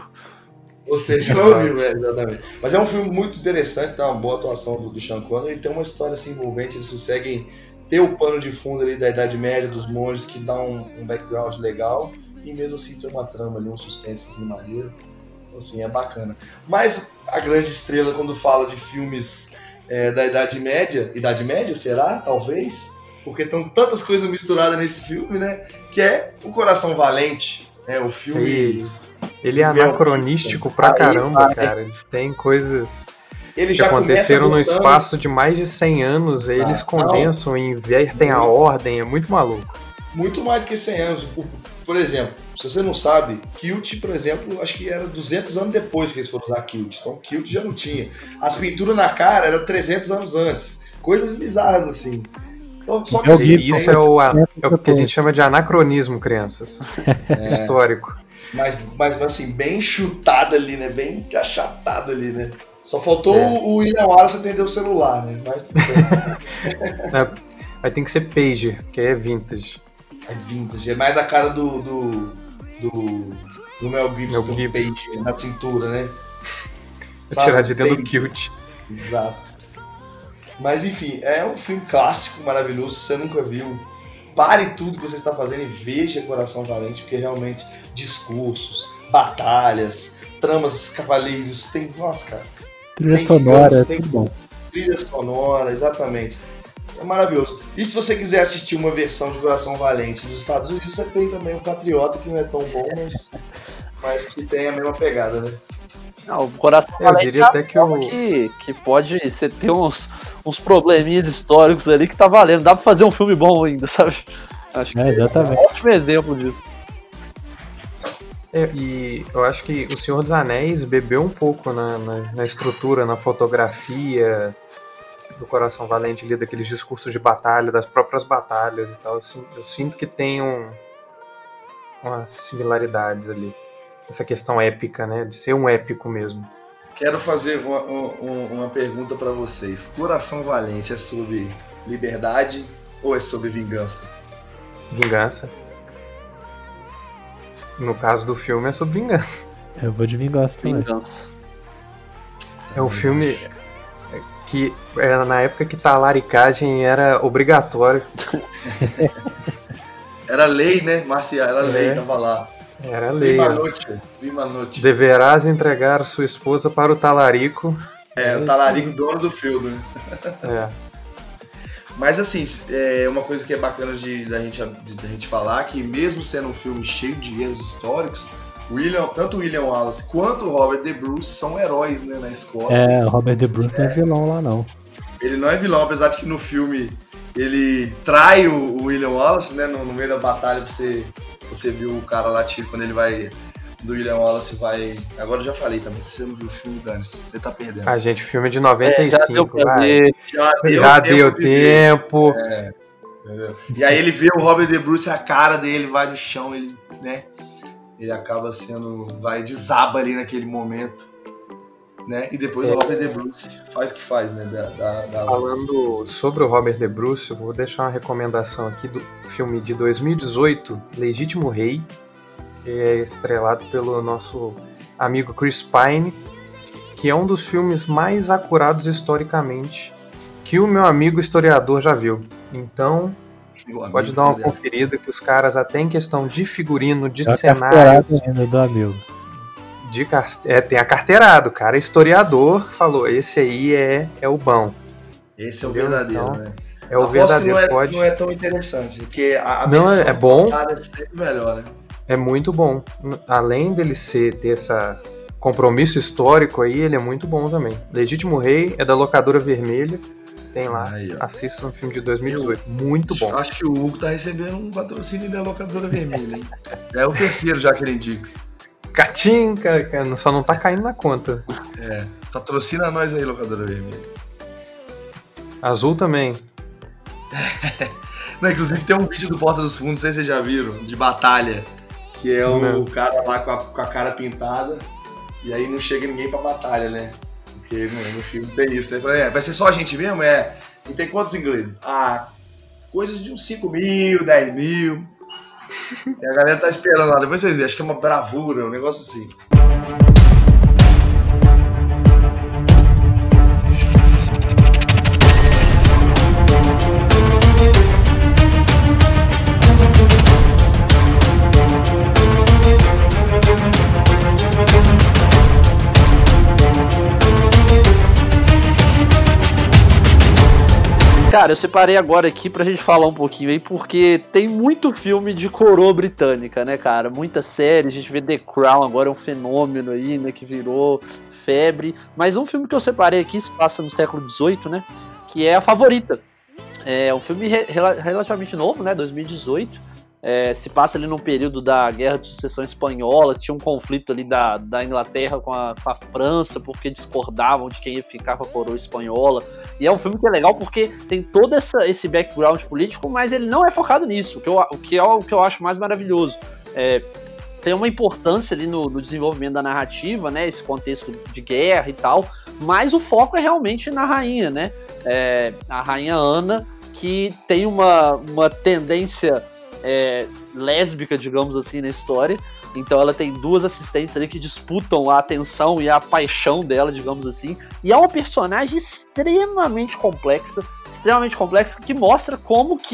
Ou seja, não viu, é, exatamente. Mas é um filme muito interessante, tá? Uma boa atuação do, do Sean Connery. Tem uma história assim envolvente, eles conseguem ter o pano de fundo ali da Idade Média, dos monges, que dá um, um background legal, e mesmo assim tem uma trama ali, um suspense assim, maneiro. Então, assim, é bacana. Mas a grande estrela, quando fala de filmes é, da Idade Média, Idade Média, será? Talvez? Porque estão tantas coisas misturadas nesse filme, né? Que é O Coração Valente, né? O filme... E ele é anacronístico pra caramba, cara. Ele tem coisas... Ele que já aconteceram no botando... espaço de mais de cem anos, aí ah, eles condensam não. e invertem muito. a ordem, é muito maluco. Muito mais do que cem anos. Por, por exemplo, se você não sabe, Kilt, por exemplo, acho que era duzentos anos depois que eles foram usar Kilt. Então Kilt já não tinha. As pinturas na cara eram trezentos anos antes. Coisas bizarras assim. Então, só que assim, isso é o, é o que a gente chama de anacronismo, crianças. É. Histórico. Mas, mas assim, bem chutado ali, né? Bem achatado ali, né? Só faltou é. o William Wallace atender o celular, né? Mas tudo bem. Aí tem que ser pager, porque é vintage. É vintage, é mais a cara do do, do, do Mel Gibson, Mel Gibson. Pager na cintura, né? Sabe, tirar de dentro do kilt. Exato. Mas enfim, é um filme clássico, maravilhoso. Se você nunca viu, pare tudo que você está fazendo e veja Coração Valente, porque realmente discursos, batalhas, tramas cavaleiros, tem, nossa, cara. Trilha tem sonora, gigantes, é tem tudo bom. Trilha sonora, exatamente. É maravilhoso. E se você quiser assistir uma versão de Coração Valente dos Estados Unidos, você tem também o Patriota, que não é tão bom, mas, mas que tem a mesma pegada, né? Não, o Coração Eu Valente diria até que o... que, que pode você ter uns, uns probleminhas históricos ali que tá valendo. Dá pra fazer um filme bom ainda, sabe? Acho que É, exatamente. é um ótimo exemplo disso. É, e eu acho que o Senhor dos Anéis bebeu um pouco na, na, na estrutura, na fotografia do Coração Valente ali, daqueles discursos de batalha, das próprias batalhas e tal. Eu, eu sinto que tem um, umas similaridades ali. Essa questão épica, né? De ser um épico mesmo. Quero fazer uma, uma, uma pergunta pra vocês. Coração Valente é sobre liberdade ou é sobre vingança? Vingança. No caso do filme é sobre vingança. Eu vou de vingança também. Vingança. É um filme que era na época que talaricagem era obrigatório. Era lei, né, Marcial? Era É. lei, tava lá. Era lei. Prima ó. noite. Prima noite. Deverás entregar sua esposa para o talarico. É, o talarico dono do filme, né? É. Mas assim, é uma coisa que é bacana de, da, gente, de, da gente falar, que mesmo sendo um filme cheio de erros históricos, William, tanto o William Wallace quanto o Robert De Bruce são heróis, né, na Escócia. É, o Robert De Bruce não é vilão lá, não. Ele não é vilão, apesar de que no filme ele trai o, o William Wallace, né, no, no meio da batalha você, você viu o cara lá, tipo, quando ele vai... do William Wallace vai... Agora eu já falei também, se você não viu o filme, Dani, você tá perdendo. A gente, filme de noventa e cinco, É, já deu pra vai. ver. Já deu Já tempo deu de ver. tempo. É, entendeu? E aí ele vê o Robert De Bruce, a cara dele vai no chão, ele, né? Ele acaba sendo... vai desaba ali naquele momento, né? E depois É. o Robert De Bruce faz o que faz, né? Da, da, da... Falando sobre o Robert De Bruce, eu vou deixar uma recomendação aqui do filme de dois mil e dezoito, Legítimo Rei, que é estrelado pelo nosso amigo Chris Pine, que é um dos filmes mais acurados historicamente que o meu amigo historiador já viu. Então, pode dar uma conferida que os caras, até em questão de figurino, de É cenários, ainda do amigo. de cast... é, tem a carteirada, o cara é historiador, falou, esse aí é, é o bom. Esse é o Entendeu? verdadeiro, Então, né? É o Aposto verdadeiro, que não é, pode... não é tão interessante, porque a, a Não, versão é bom. cortada é sempre melhor, né? É muito bom. Além dele ser, ter esse compromisso histórico aí, ele é muito bom também. Legítimo Rei é da Locadora Vermelha. Tem lá. Aí, ó. Assista no filme de dois mil e dezoito. Muito bom. Acho que o Hugo tá recebendo um patrocínio da Locadora Vermelha, hein? É o terceiro já que ele indica. Catinca, cara, só não tá caindo na conta. É. Patrocina nós aí, Locadora Vermelha. Azul também. Não, inclusive tem um vídeo do Porta dos Fundos, não sei se vocês já viram, de batalha. Que é o Não. cara lá com a, com a cara pintada. E aí não chega ninguém pra batalha, né? Porque no, no filme tem isso. Né? Fala, é, vai ser só a gente mesmo? É. E tem quantos ingleses? Ah, coisas de uns cinco mil, dez mil. E a galera tá esperando lá. Depois vocês veem, acho que é uma bravura, um negócio assim. Cara, eu separei agora aqui pra gente falar um pouquinho aí, porque tem muito filme de coroa britânica, né, cara? Muita série, a gente vê The Crown agora, é um fenômeno aí, né, que virou febre. Mas um filme que eu separei aqui se passa no século dezoito, né, que é A Favorita. É um filme re- relativamente novo, né, dois mil e dezoito. É, se passa ali num período da Guerra de Sucessão Espanhola, que tinha um conflito ali da, da Inglaterra com a, com a França, porque discordavam de quem ia ficar com a coroa espanhola. E é um filme que é legal porque tem todo essa, esse background político, mas ele não é focado nisso, o que, eu, o que é o que eu acho mais maravilhoso. É, tem uma importância ali no, no desenvolvimento da narrativa, né, esse contexto de guerra e tal, mas o foco é realmente na rainha, né? É, a rainha Ana, que tem uma, uma tendência... É, lésbica, digamos assim, na história. Então ela tem duas assistentes ali que disputam a atenção e a paixão dela, digamos assim. E é uma personagem extremamente complexa, extremamente complexa, que mostra como que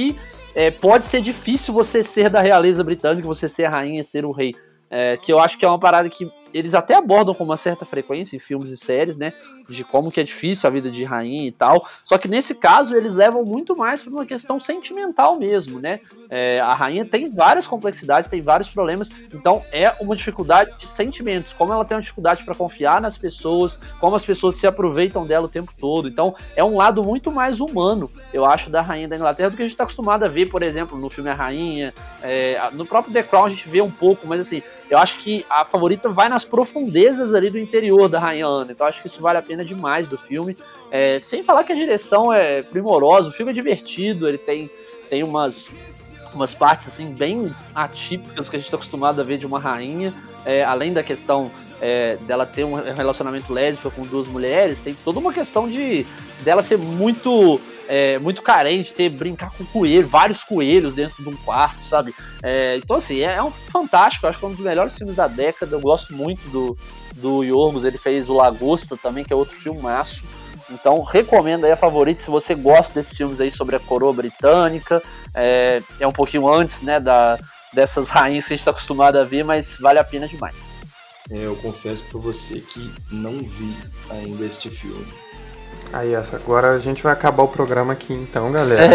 é, pode ser difícil você ser da realeza britânica, você ser a rainha e ser o rei. É, que eu acho que é uma parada que eles até abordam com uma certa frequência em filmes e séries, né? De como que é difícil a vida de rainha e tal. Só que nesse caso eles levam muito mais para uma questão sentimental mesmo, né? É, a rainha tem várias complexidades, tem vários problemas, então é uma dificuldade de sentimentos. Como ela tem uma dificuldade para confiar nas pessoas, como as pessoas se aproveitam dela o tempo todo. Então é um lado muito mais humano, eu acho, da rainha da Inglaterra do que a gente está acostumado a ver, por exemplo, no filme A Rainha. É, no próprio The Crown a gente vê um pouco, mas assim, eu acho que a favorita vai nas profundezas ali do interior da Rainha Ana, então acho que isso vale a pena demais do filme, é, sem falar que a direção é primorosa, o filme é divertido, ele tem, tem umas, umas partes assim bem atípicas que a gente está acostumado a ver de uma rainha, é, além da questão é, dela ter um relacionamento lésbico com duas mulheres, tem toda uma questão de dela ser muito... É, muito carente, ter brincar com coelho, vários coelhos dentro de um quarto, sabe? É, então, assim, é, é um fantástico, acho que é um dos melhores filmes da década. Eu gosto muito do, do Yorgos, ele fez o Lagosta também, que é outro filmaço. Então, recomendo aí a favorita, se você gosta desses filmes aí sobre a coroa britânica. É, é um pouquinho antes, né, da, dessas rainhas que a gente está acostumado a ver, mas vale a pena demais. É, eu confesso pra você que não vi ainda este filme. Aí, essa, agora a gente vai acabar o programa aqui então, galera.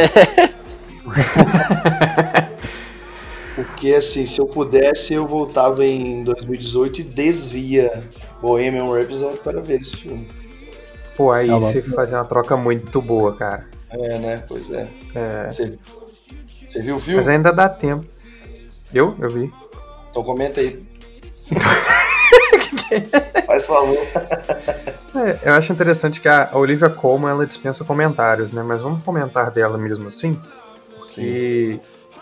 Porque, assim, se eu pudesse, eu voltava em dois mil e dezoito e desvia Bohemian Rhapsody para ver esse filme. Pô, aí tá você fazia uma troca muito boa, cara. É, né? Pois é. é. Você, você viu o filme? Mas ainda dá tempo. Eu? Eu vi. Então comenta aí. Faz favor. É, eu acho interessante que a Olivia Colman, ela dispensa comentários, né? Mas vamos comentar dela mesmo assim. Porque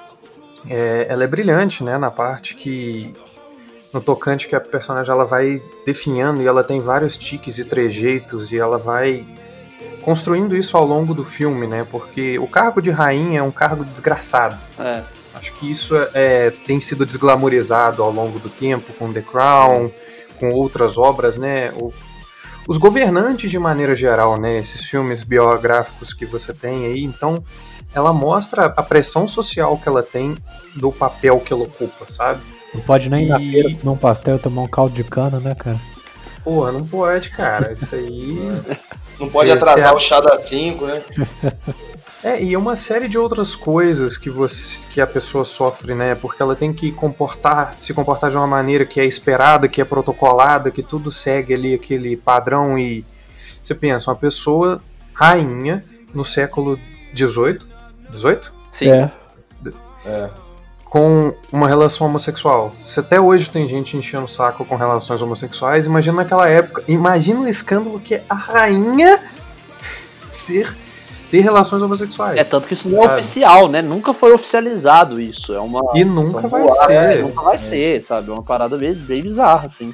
é, ela é brilhante, né? Na parte que... No tocante que a personagem ela vai definhando e ela tem vários tiques e trejeitos e ela vai construindo isso ao longo do filme, né? Porque o cargo de rainha é um cargo desgraçado. É. Acho que isso é, tem sido desglamorizado ao longo do tempo com The Crown, com outras obras, né? O, os governantes de maneira geral, né? Esses filmes biográficos que você tem aí, então ela mostra a pressão social que ela tem do papel que ela ocupa, sabe? Não pode nem ir e... na feira comer um pastel e tomar um caldo de cana, né, cara? Porra, não pode, cara. Isso aí... Não pode cê, atrasar cê... o chá das cinco, né? É, e uma série de outras coisas que, você, que a pessoa sofre, né? Porque ela tem que comportar, se comportar de uma maneira que é esperada, que é protocolada, que tudo segue ali aquele padrão. E você pensa, uma pessoa rainha no século dezoito? dezoito? Sim. É. É. Com uma relação homossexual. Se até hoje tem gente enchendo o saco com relações homossexuais, imagina naquela época. Imagina o escândalo que é a rainha ser... ter relações homossexuais. É, tanto que isso não é oficial, né? Nunca foi oficializado isso. É uma... E nunca vai boa, ser. É, nunca vai é. ser, sabe? É uma parada bem, bem bizarra, assim.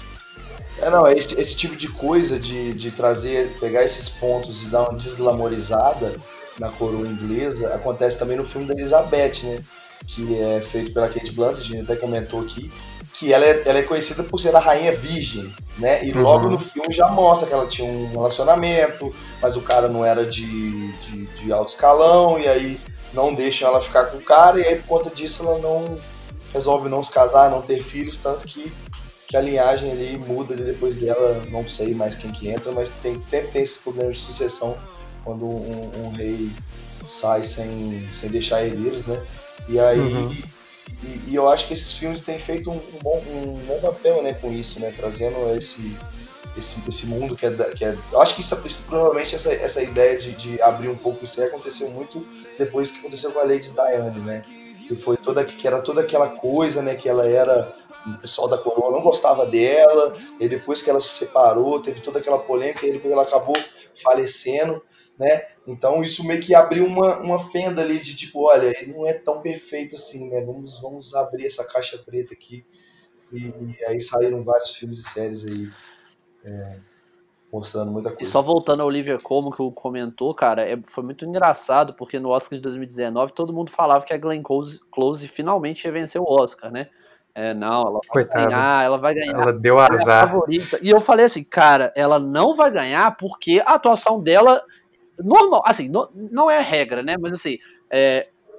É, não, esse, esse tipo de coisa de, de trazer, pegar esses pontos e dar uma desglamorizada na coroa inglesa, acontece também no filme da Elizabeth, né? Que é feito pela Kate Blanchett, a gente até comentou aqui, que ela é, ela é conhecida por ser a rainha virgem, né? E logo uhum. no filme já mostra que ela tinha um relacionamento, mas o cara não era de, de, de alto escalão, e aí não deixam ela ficar com o cara, e aí por conta disso ela não resolve não se casar, não ter filhos, tanto que, que a linhagem ali muda ali depois dela, não sei mais quem que entra, mas tem, sempre tem esse problema de sucessão quando um, um rei sai sem, sem deixar herdeiros, né? E aí... Uhum. E, e eu acho que esses filmes têm feito um, um, bom, um bom papel, né, com isso, né, trazendo esse, esse, esse mundo que é, que é... Eu acho que isso, isso, provavelmente essa, essa ideia de, de abrir um pouco isso aí aconteceu muito depois que aconteceu com a Lady Diana, né, que foi toda, que era toda aquela coisa, né, que ela era... O pessoal da coroa não gostava dela, e depois que ela se separou, teve toda aquela polêmica, e depois ela acabou falecendo, né? Então isso meio que abriu uma, uma fenda ali de tipo, olha, ele não é tão perfeito assim, né? Vamos, vamos abrir essa caixa preta aqui. E, e aí saíram vários filmes e séries aí é, mostrando muita coisa. E só voltando ao Olivia Colman que o comentou, cara, é, foi muito engraçado, porque no Oscar de dois mil e dezenove todo mundo falava que a Glenn Close, Close finalmente ia vencer o Oscar, né? É, não, ela vai Coitada. ganhar, ela vai ganhar. Ela deu azar. É a favorita. E eu falei assim, cara, ela não vai ganhar porque a atuação dela, normal, assim, no, não é regra, né? Mas assim, é,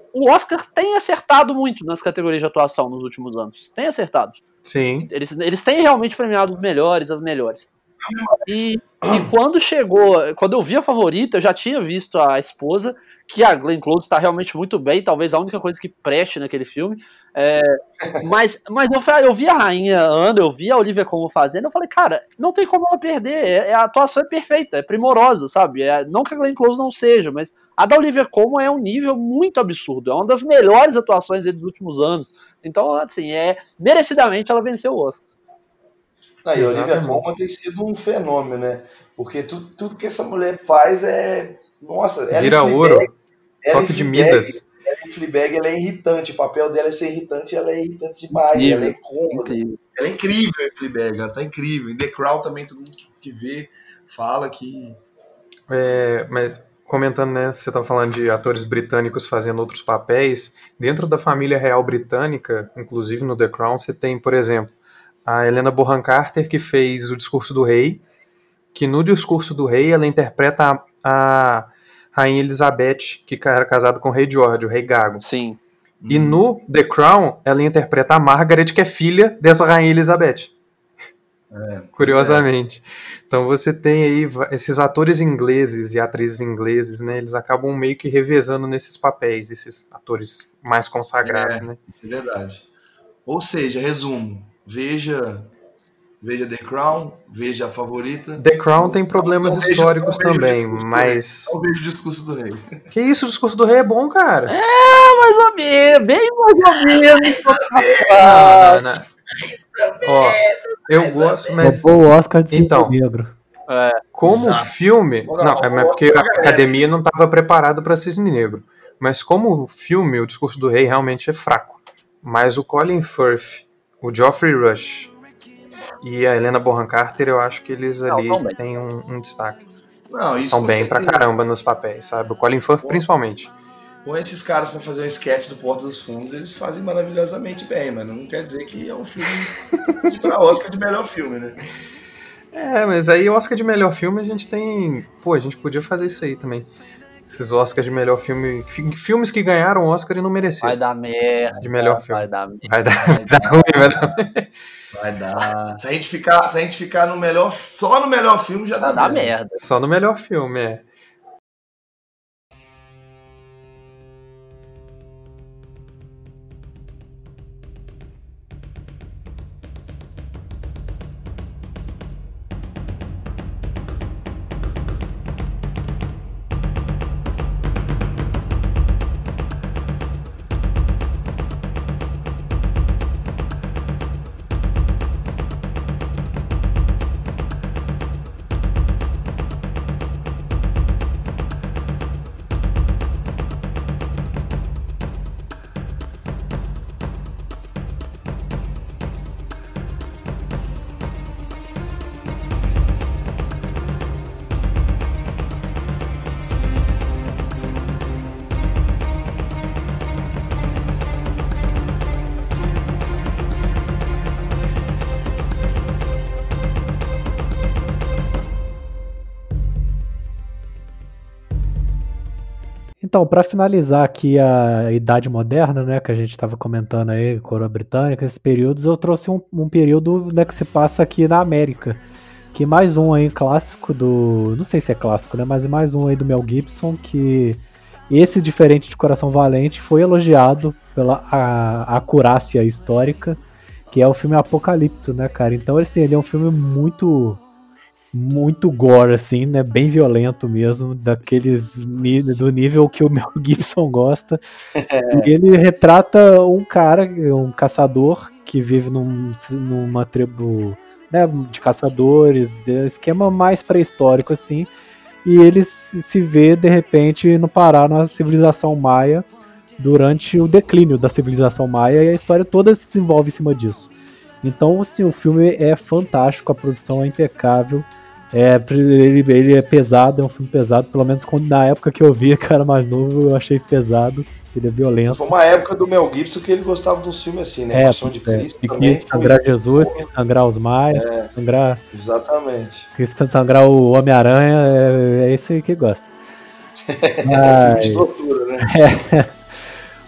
o Oscar tem acertado muito nas categorias de atuação nos últimos anos. Tem acertado. Sim. Eles, eles têm realmente premiado os melhores, as melhores. E, e quando chegou, quando eu vi a Favorita, eu já tinha visto a esposa, que a Glenn Close está realmente muito bem, talvez a única coisa que preste naquele filme. É, mas mas eu, eu vi a Rainha Ana, eu vi a Olivia Colman fazendo, eu falei, cara, não tem como ela perder, é, a atuação é perfeita, é primorosa, sabe? É, não que a Glenn Close não seja, mas a da Olivia Colman é um nível muito absurdo, é uma das melhores atuações dos últimos anos. Então, assim, é, merecidamente ela venceu o Oscar. Ah, e a Olivia Colman tem sido um fenômeno, né? Porque tudo, tudo que essa mulher faz é... Nossa, ela vira ouro, ela toque de Midas. Ela em Fleabag, ela é irritante. O papel dela é ser irritante, ela é irritante demais. Incrível, ela é incômoda. Incrível. Ela é incrível em Fleabag, ela tá incrível. Em The Crown também, todo mundo que, que vê fala que... É, mas comentando, né, você tá falando de atores britânicos fazendo outros papéis. Dentro da família real britânica, inclusive no The Crown, você tem, por exemplo, a Helena Bonham Carter, que fez O Discurso do Rei, que no Discurso do Rei ela interpreta a, a Rainha Elizabeth, que era casada com o Rei George, o Rei Gago. Sim. E hum. no The Crown, ela interpreta a Margaret, que é filha dessa Rainha Elizabeth. É, curiosamente. É. Então você tem aí esses atores ingleses e atrizes ingleses, né? Eles acabam meio que revezando nesses papéis, esses atores mais consagrados, é, né? Isso é verdade. Ou seja, resumo, veja... Veja The Crown, veja a Favorita. The Crown tem problemas não, históricos não também, mas... Não vejo o Discurso do Rei. Que isso, o Discurso do Rei é bom, cara. É, mais ou menos, bem mais ou menos. Não, não, não. Ó, eu gosto, mas... É o Oscar de então, negro. É, como Exato. filme... Não, é porque a academia não estava preparada para Cisne Negro. Mas como filme, o Discurso do Rei realmente é fraco. Mas o Colin Firth, o Geoffrey Rush... e a Helena Bonham Carter, eu acho que eles ali não, têm um, um destaque. Não, isso estão bem pra caramba nos papéis, sabe? O Colin Firth, principalmente. Com esses caras pra fazer um sketch do Porta dos Fundos, eles fazem maravilhosamente bem, mas não quer dizer que é um filme pra Oscar de melhor filme, né? É, mas aí o Oscar de melhor filme a gente tem... Pô, a gente podia fazer isso aí também. Esses Oscars de melhor filme... Filmes que ganharam Oscar e não mereceram. Vai dar merda. De melhor filme. Vai dar merda. Vai dar, vai dar ruim, vai dar ruim. Vai dar. Se a gente ficar, se a gente ficar no melhor, só no melhor filme já dá, dá merda. merda. Só no melhor filme, é. Então, para finalizar aqui a Idade Moderna, né, que a gente estava comentando aí, Coroa Britânica, esses períodos, eu trouxe um, um período, né, que se passa aqui na América. Que mais um aí clássico do... Não sei se é clássico, né, mas mais um aí do Mel Gibson, que esse, diferente de Coração Valente, foi elogiado pela a, a acurácia histórica, que é o filme Apocalipto, né, cara? Então, assim, ele é um filme muito... muito gore, assim, né, bem violento mesmo, daqueles, do nível que o Mel Gibson gosta, e ele retrata um cara, um caçador, que vive num, numa tribo, né, de caçadores, esquema mais pré-histórico, assim, e ele se vê, de repente, no Pará, na civilização maia, durante o declínio da civilização maia, e a história toda se desenvolve em cima disso. Então, assim, o filme é fantástico, a produção é impecável. É, ele, ele é pesado, é um filme pesado, pelo menos quando, na época que eu vi, que eu era mais novo, eu achei pesado, ele é violento. Foi uma época do Mel Gibson que ele gostava de um filme assim, né? É, Paixão de Cristo é, também. Quis sangrar Jesus, quis sangrar os maias, é, sangrar... Exatamente. Quis sangrar o Homem-Aranha, é, é esse aí que gosta. Mas... filme de tortura, né? É.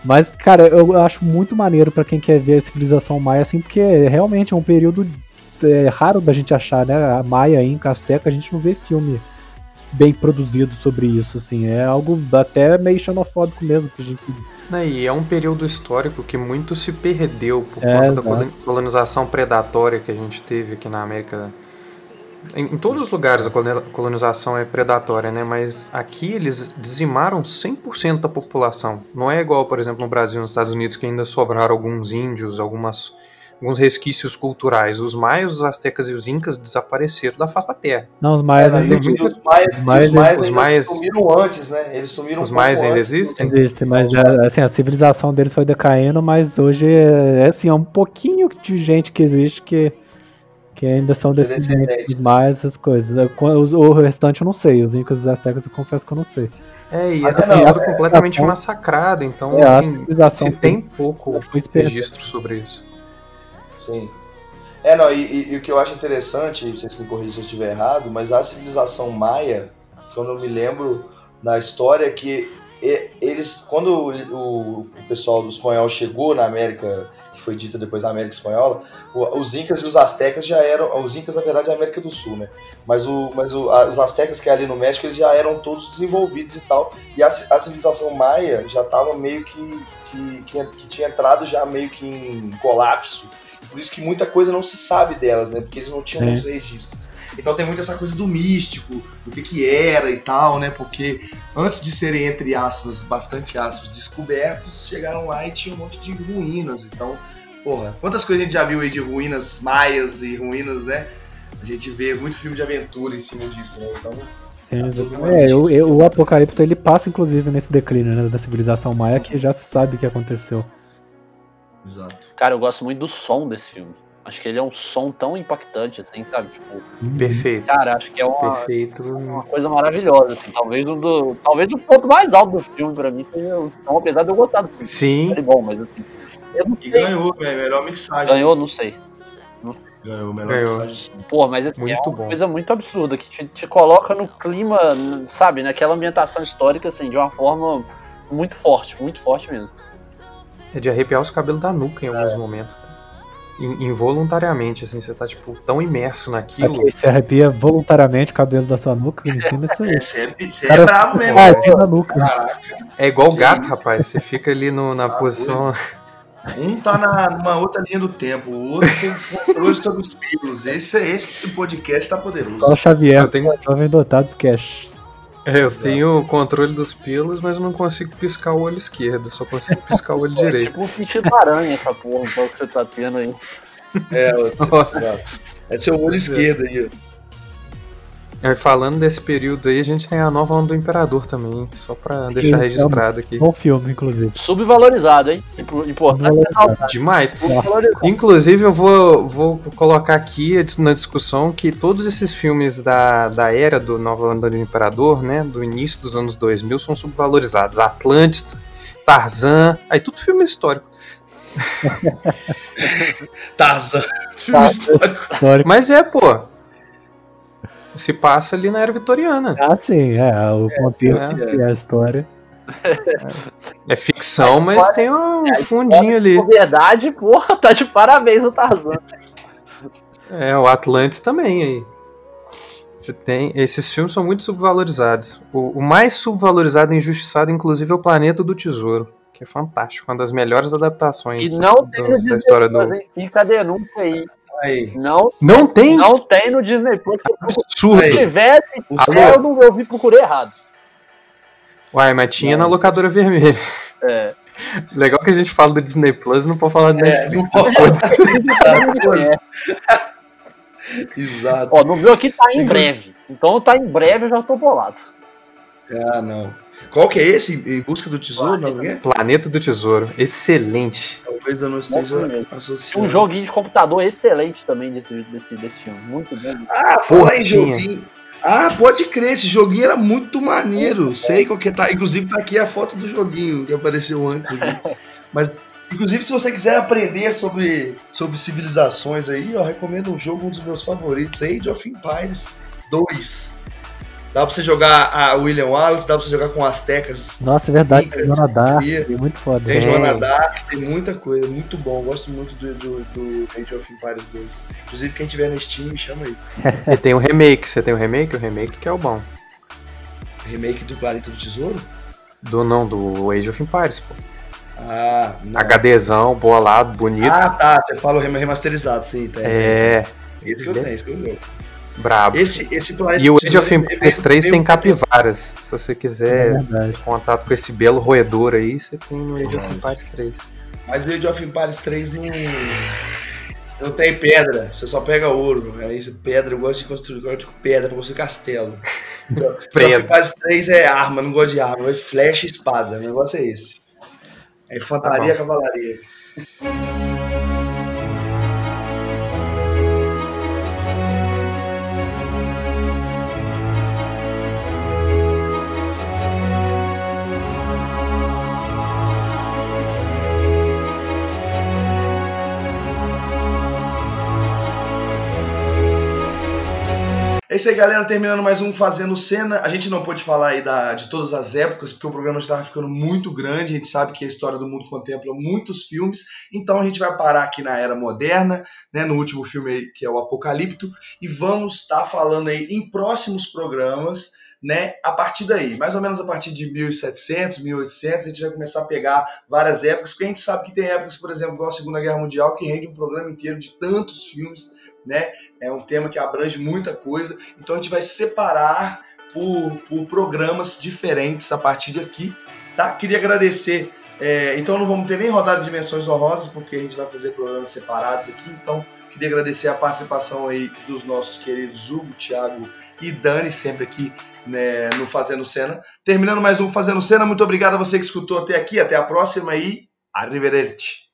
Mas, cara, eu acho muito maneiro pra quem quer ver a civilização maia, assim, porque realmente é um período é, raro da gente achar, né? A Maia, Inca, Azteca, a gente não vê filme bem produzido sobre isso, assim. É algo até meio xenofóbico mesmo. Que a gente... E é um período histórico que muito se perdeu por É, conta da exato. colonização predatória que a gente teve aqui na América. Em, em todos os lugares a colonização é predatória, né? Mas aqui eles dizimaram cem por cento da população. Não é igual, por exemplo, no Brasil e nos Estados Unidos, que ainda sobraram alguns índios, algumas, alguns resquícios culturais. Os maias, os astecas e os incas desapareceram da face da terra. Não, os maias É, ainda e os maias, os maias- os maias os ainda maias- sumiram antes, né? Eles sumiram Os um pouco maias ainda antes. existem? existem, mas já, assim, a civilização deles foi decaindo, mas hoje é, é, assim, é um pouquinho de gente que existe que, que ainda são Que é descendentes descendente. dos maias, essas coisas. Os- O restante eu não sei, os incas e os astecas eu confesso que eu não sei. É, e Ah, é não, cultura é, completamente é, massacrada, então, é, a assim, civilização se tem deles pouco foi se perdendo. registro sobre isso. Sim. É, não, e, e- e o que eu acho interessante, vocês me corrigem se eu estiver errado, mas a civilização maia, quando eu me lembro da história, que e- eles, quando o, o- o pessoal do espanhol chegou na América, que foi dita depois da América Espanhola, o- os incas e os astecas já eram, os incas na verdade é a América do Sul, né? Mas, o, mas o, a- os astecas que é ali no México, eles já eram todos desenvolvidos e tal, e a, ci- a civilização maia já estava meio que, que, que, que tinha entrado já meio que em colapso. Por isso que muita coisa não se sabe delas, né? Porque eles não tinham É. os registros. Então tem muito essa coisa do místico, do que que era e tal, né? Porque antes de serem, entre aspas, bastante aspas, descobertos, chegaram lá e tinha um monte de ruínas. Então, porra, quantas coisas a gente já viu aí de ruínas maias e ruínas, né? A gente vê muito filme de aventura em cima disso, né? Então, É, o, eu- o Apocalipto ele passa inclusive nesse declínio, né, da civilização maia, que já se sabe o que aconteceu. exato. Cara, eu gosto muito do som desse filme. Acho que ele é um som tão impactante, assim, sabe? Tipo, Perfeito. cara, acho que é uma, Perfeito. uma coisa maravilhosa, assim. Talvez um do, talvez o ponto mais alto do filme pra mim seja o som, apesar de eu gostar do filme. Sim. É bom, mas assim, eu não E sei. ganhou, velho, melhor mixagem. Ganhou, não sei. Ganhou, melhor Ganhou. mixagem. Pô, mas assim, Muito é uma bom. coisa muito absurda, que te, te coloca no clima, sabe, naquela ambientação histórica, assim, de uma forma muito forte, muito forte mesmo. É de arrepiar os cabelos da nuca em alguns momentos. In- Involuntariamente, assim, você tá, tipo, tão imerso naquilo. Aqui você arrepia voluntariamente o cabelo da sua nuca, me ensina isso aí. Você é, você é Cara, brabo mesmo. Ah, né? arrepia na nuca. Caraca. É igual Que gato, isso? rapaz. Você fica ali no- na Ah, posição. Um tá na, numa outra linha do tempo, o outro tem controle sobre os pelos. Esse, esse podcast tá poderoso. Igual o Xavier, Eu tenho- jovem dotado dos cash. É, eu Exato. tenho o controle dos pelos, mas eu não consigo piscar o olho esquerdo. Só consigo piscar o olho É direito. tipo um sentido da aranha essa porra, então, que você tá tendo aí. É, ó, é seu olho esquerdo aí, ó. Aí, falando desse período aí, a gente tem a nova onda do Imperador também. Só pra deixar Sim, registrado aqui. Bom filme, inclusive. Subvalorizado, hein? Impo- Importante ressaltar. Demais. Subvalorizado. Inclusive, eu vou, vou colocar aqui na discussão que todos esses filmes da, da era do Nova Onda do Imperador, né, do início dos anos dois mil, são subvalorizados. Atlântida, Tarzan, aí tudo filme histórico. Tarzan. Filme histórico. Histórico. Mas é, pô, se passa ali na era vitoriana. Ah, sim, é, o contexto é. e a história. É ficção, mas tem um fundinho ali. Na verdade, porra, tá de parabéns o Tarzan. É, o Atlantis também aí. Você tem. Esses filmes são muito subvalorizados. O, o mais subvalorizado e injustiçado, inclusive, é o Planeta do Tesouro, que é fantástico, uma das melhores adaptações E não do- tem no da Disney história do. Plus, hein? Fica a denúncia aí. Aí. Não, Não tem? não tem no Disney Plus. Absurdo. Aí. Se tivesse, Alô? eu não eu vi, procurei errado. Uai, mas tinha na locadora vermelha. É. Legal que a gente fala do Disney Plus, não pode falar do É, Netflix. não pode falar É. Exato. Ó, no meu aqui tá em breve. Então tá em breve, eu já tô bolado. Ah, não. Qual que é esse? Em busca do tesouro? Não é? Planeta do Tesouro. Excelente. Talvez eu não esteja Bom filme. associando. Um joguinho de computador excelente também desse, desse, desse filme. Muito bom. Ah, falar em Tinha. joguinho. Ah, pode crer, esse joguinho era muito maneiro. Sei qual que tá. Inclusive tá aqui a foto do joguinho que apareceu antes aqui. Mas, inclusive, se você quiser aprender sobre, sobre civilizações aí, ó, recomendo um jogo, um dos meus favoritos, Age of Empires dois. Dá pra você jogar a William Wallace, dá pra você jogar com Aztecas. Nossa, é verdade, Incas, tem Joana Dark, Seria. é muito foda. Tem É. Joana Dark, tem muita coisa, muito bom. Eu gosto muito do, do, do Age of Empires dois. Inclusive, quem tiver na Steam, me chama aí. E tem o remake, você tem o remake? O remake que é o bom. Remake do Planeta do Tesouro? Do não, do Age of Empires, pô. Ah, não. HDzão, bolado, bonito. Ah, tá. Você fala o rem- remasterizado, sim. Tá, é, tem. Esse que eu tenho, esse que eu tenho. brabo. Esse, esse Planeta E o do Age Tesouro, of ele- Empires ele- três ele- tem capivaras. Se você É quiser verdade. contato com esse belo roedor aí, você tem no Age of Verdade. Empires três. Mas o Age of Empires três não, não tem pedra, você só pega ouro. Aí pedra, eu gosto de construir, eu gosto de pedra pra construir castelo. O Age of Pedra. Empires três é arma, não gosto de arma, eu gosto de flecha e espada. O negócio é esse. É infantaria, Tá cavalaria. É isso aí, galera. Terminando mais um Fazendo Cena. A gente não pôde falar aí da, de todas as épocas, porque o programa já estava ficando muito grande. A gente sabe que a história do mundo contempla muitos filmes. Então a gente vai parar aqui na Era Moderna, né, no último filme aí, que é o Apocalipto. E vamos estar falando aí em próximos programas, né, a partir daí. Mais ou menos a partir de mil e setecentos, mil e oitocentos, a gente vai começar a pegar várias épocas. Porque a gente sabe que tem épocas, por exemplo, igual a Segunda Guerra Mundial, que rende um programa inteiro de tantos filmes, né? É um tema que abrange muita coisa, então a gente vai separar por, por programas diferentes a partir de aqui, tá? Queria agradecer, é, então não vamos ter nem rodada de menções honrosas, porque a gente vai fazer programas separados aqui, então queria agradecer a participação aí dos nossos queridos Hugo, Thiago e Dani, sempre aqui, né, no Fazendo Cena. Terminando mais um Fazendo Cena, muito obrigado a você que escutou até aqui, até a próxima e arrivederci!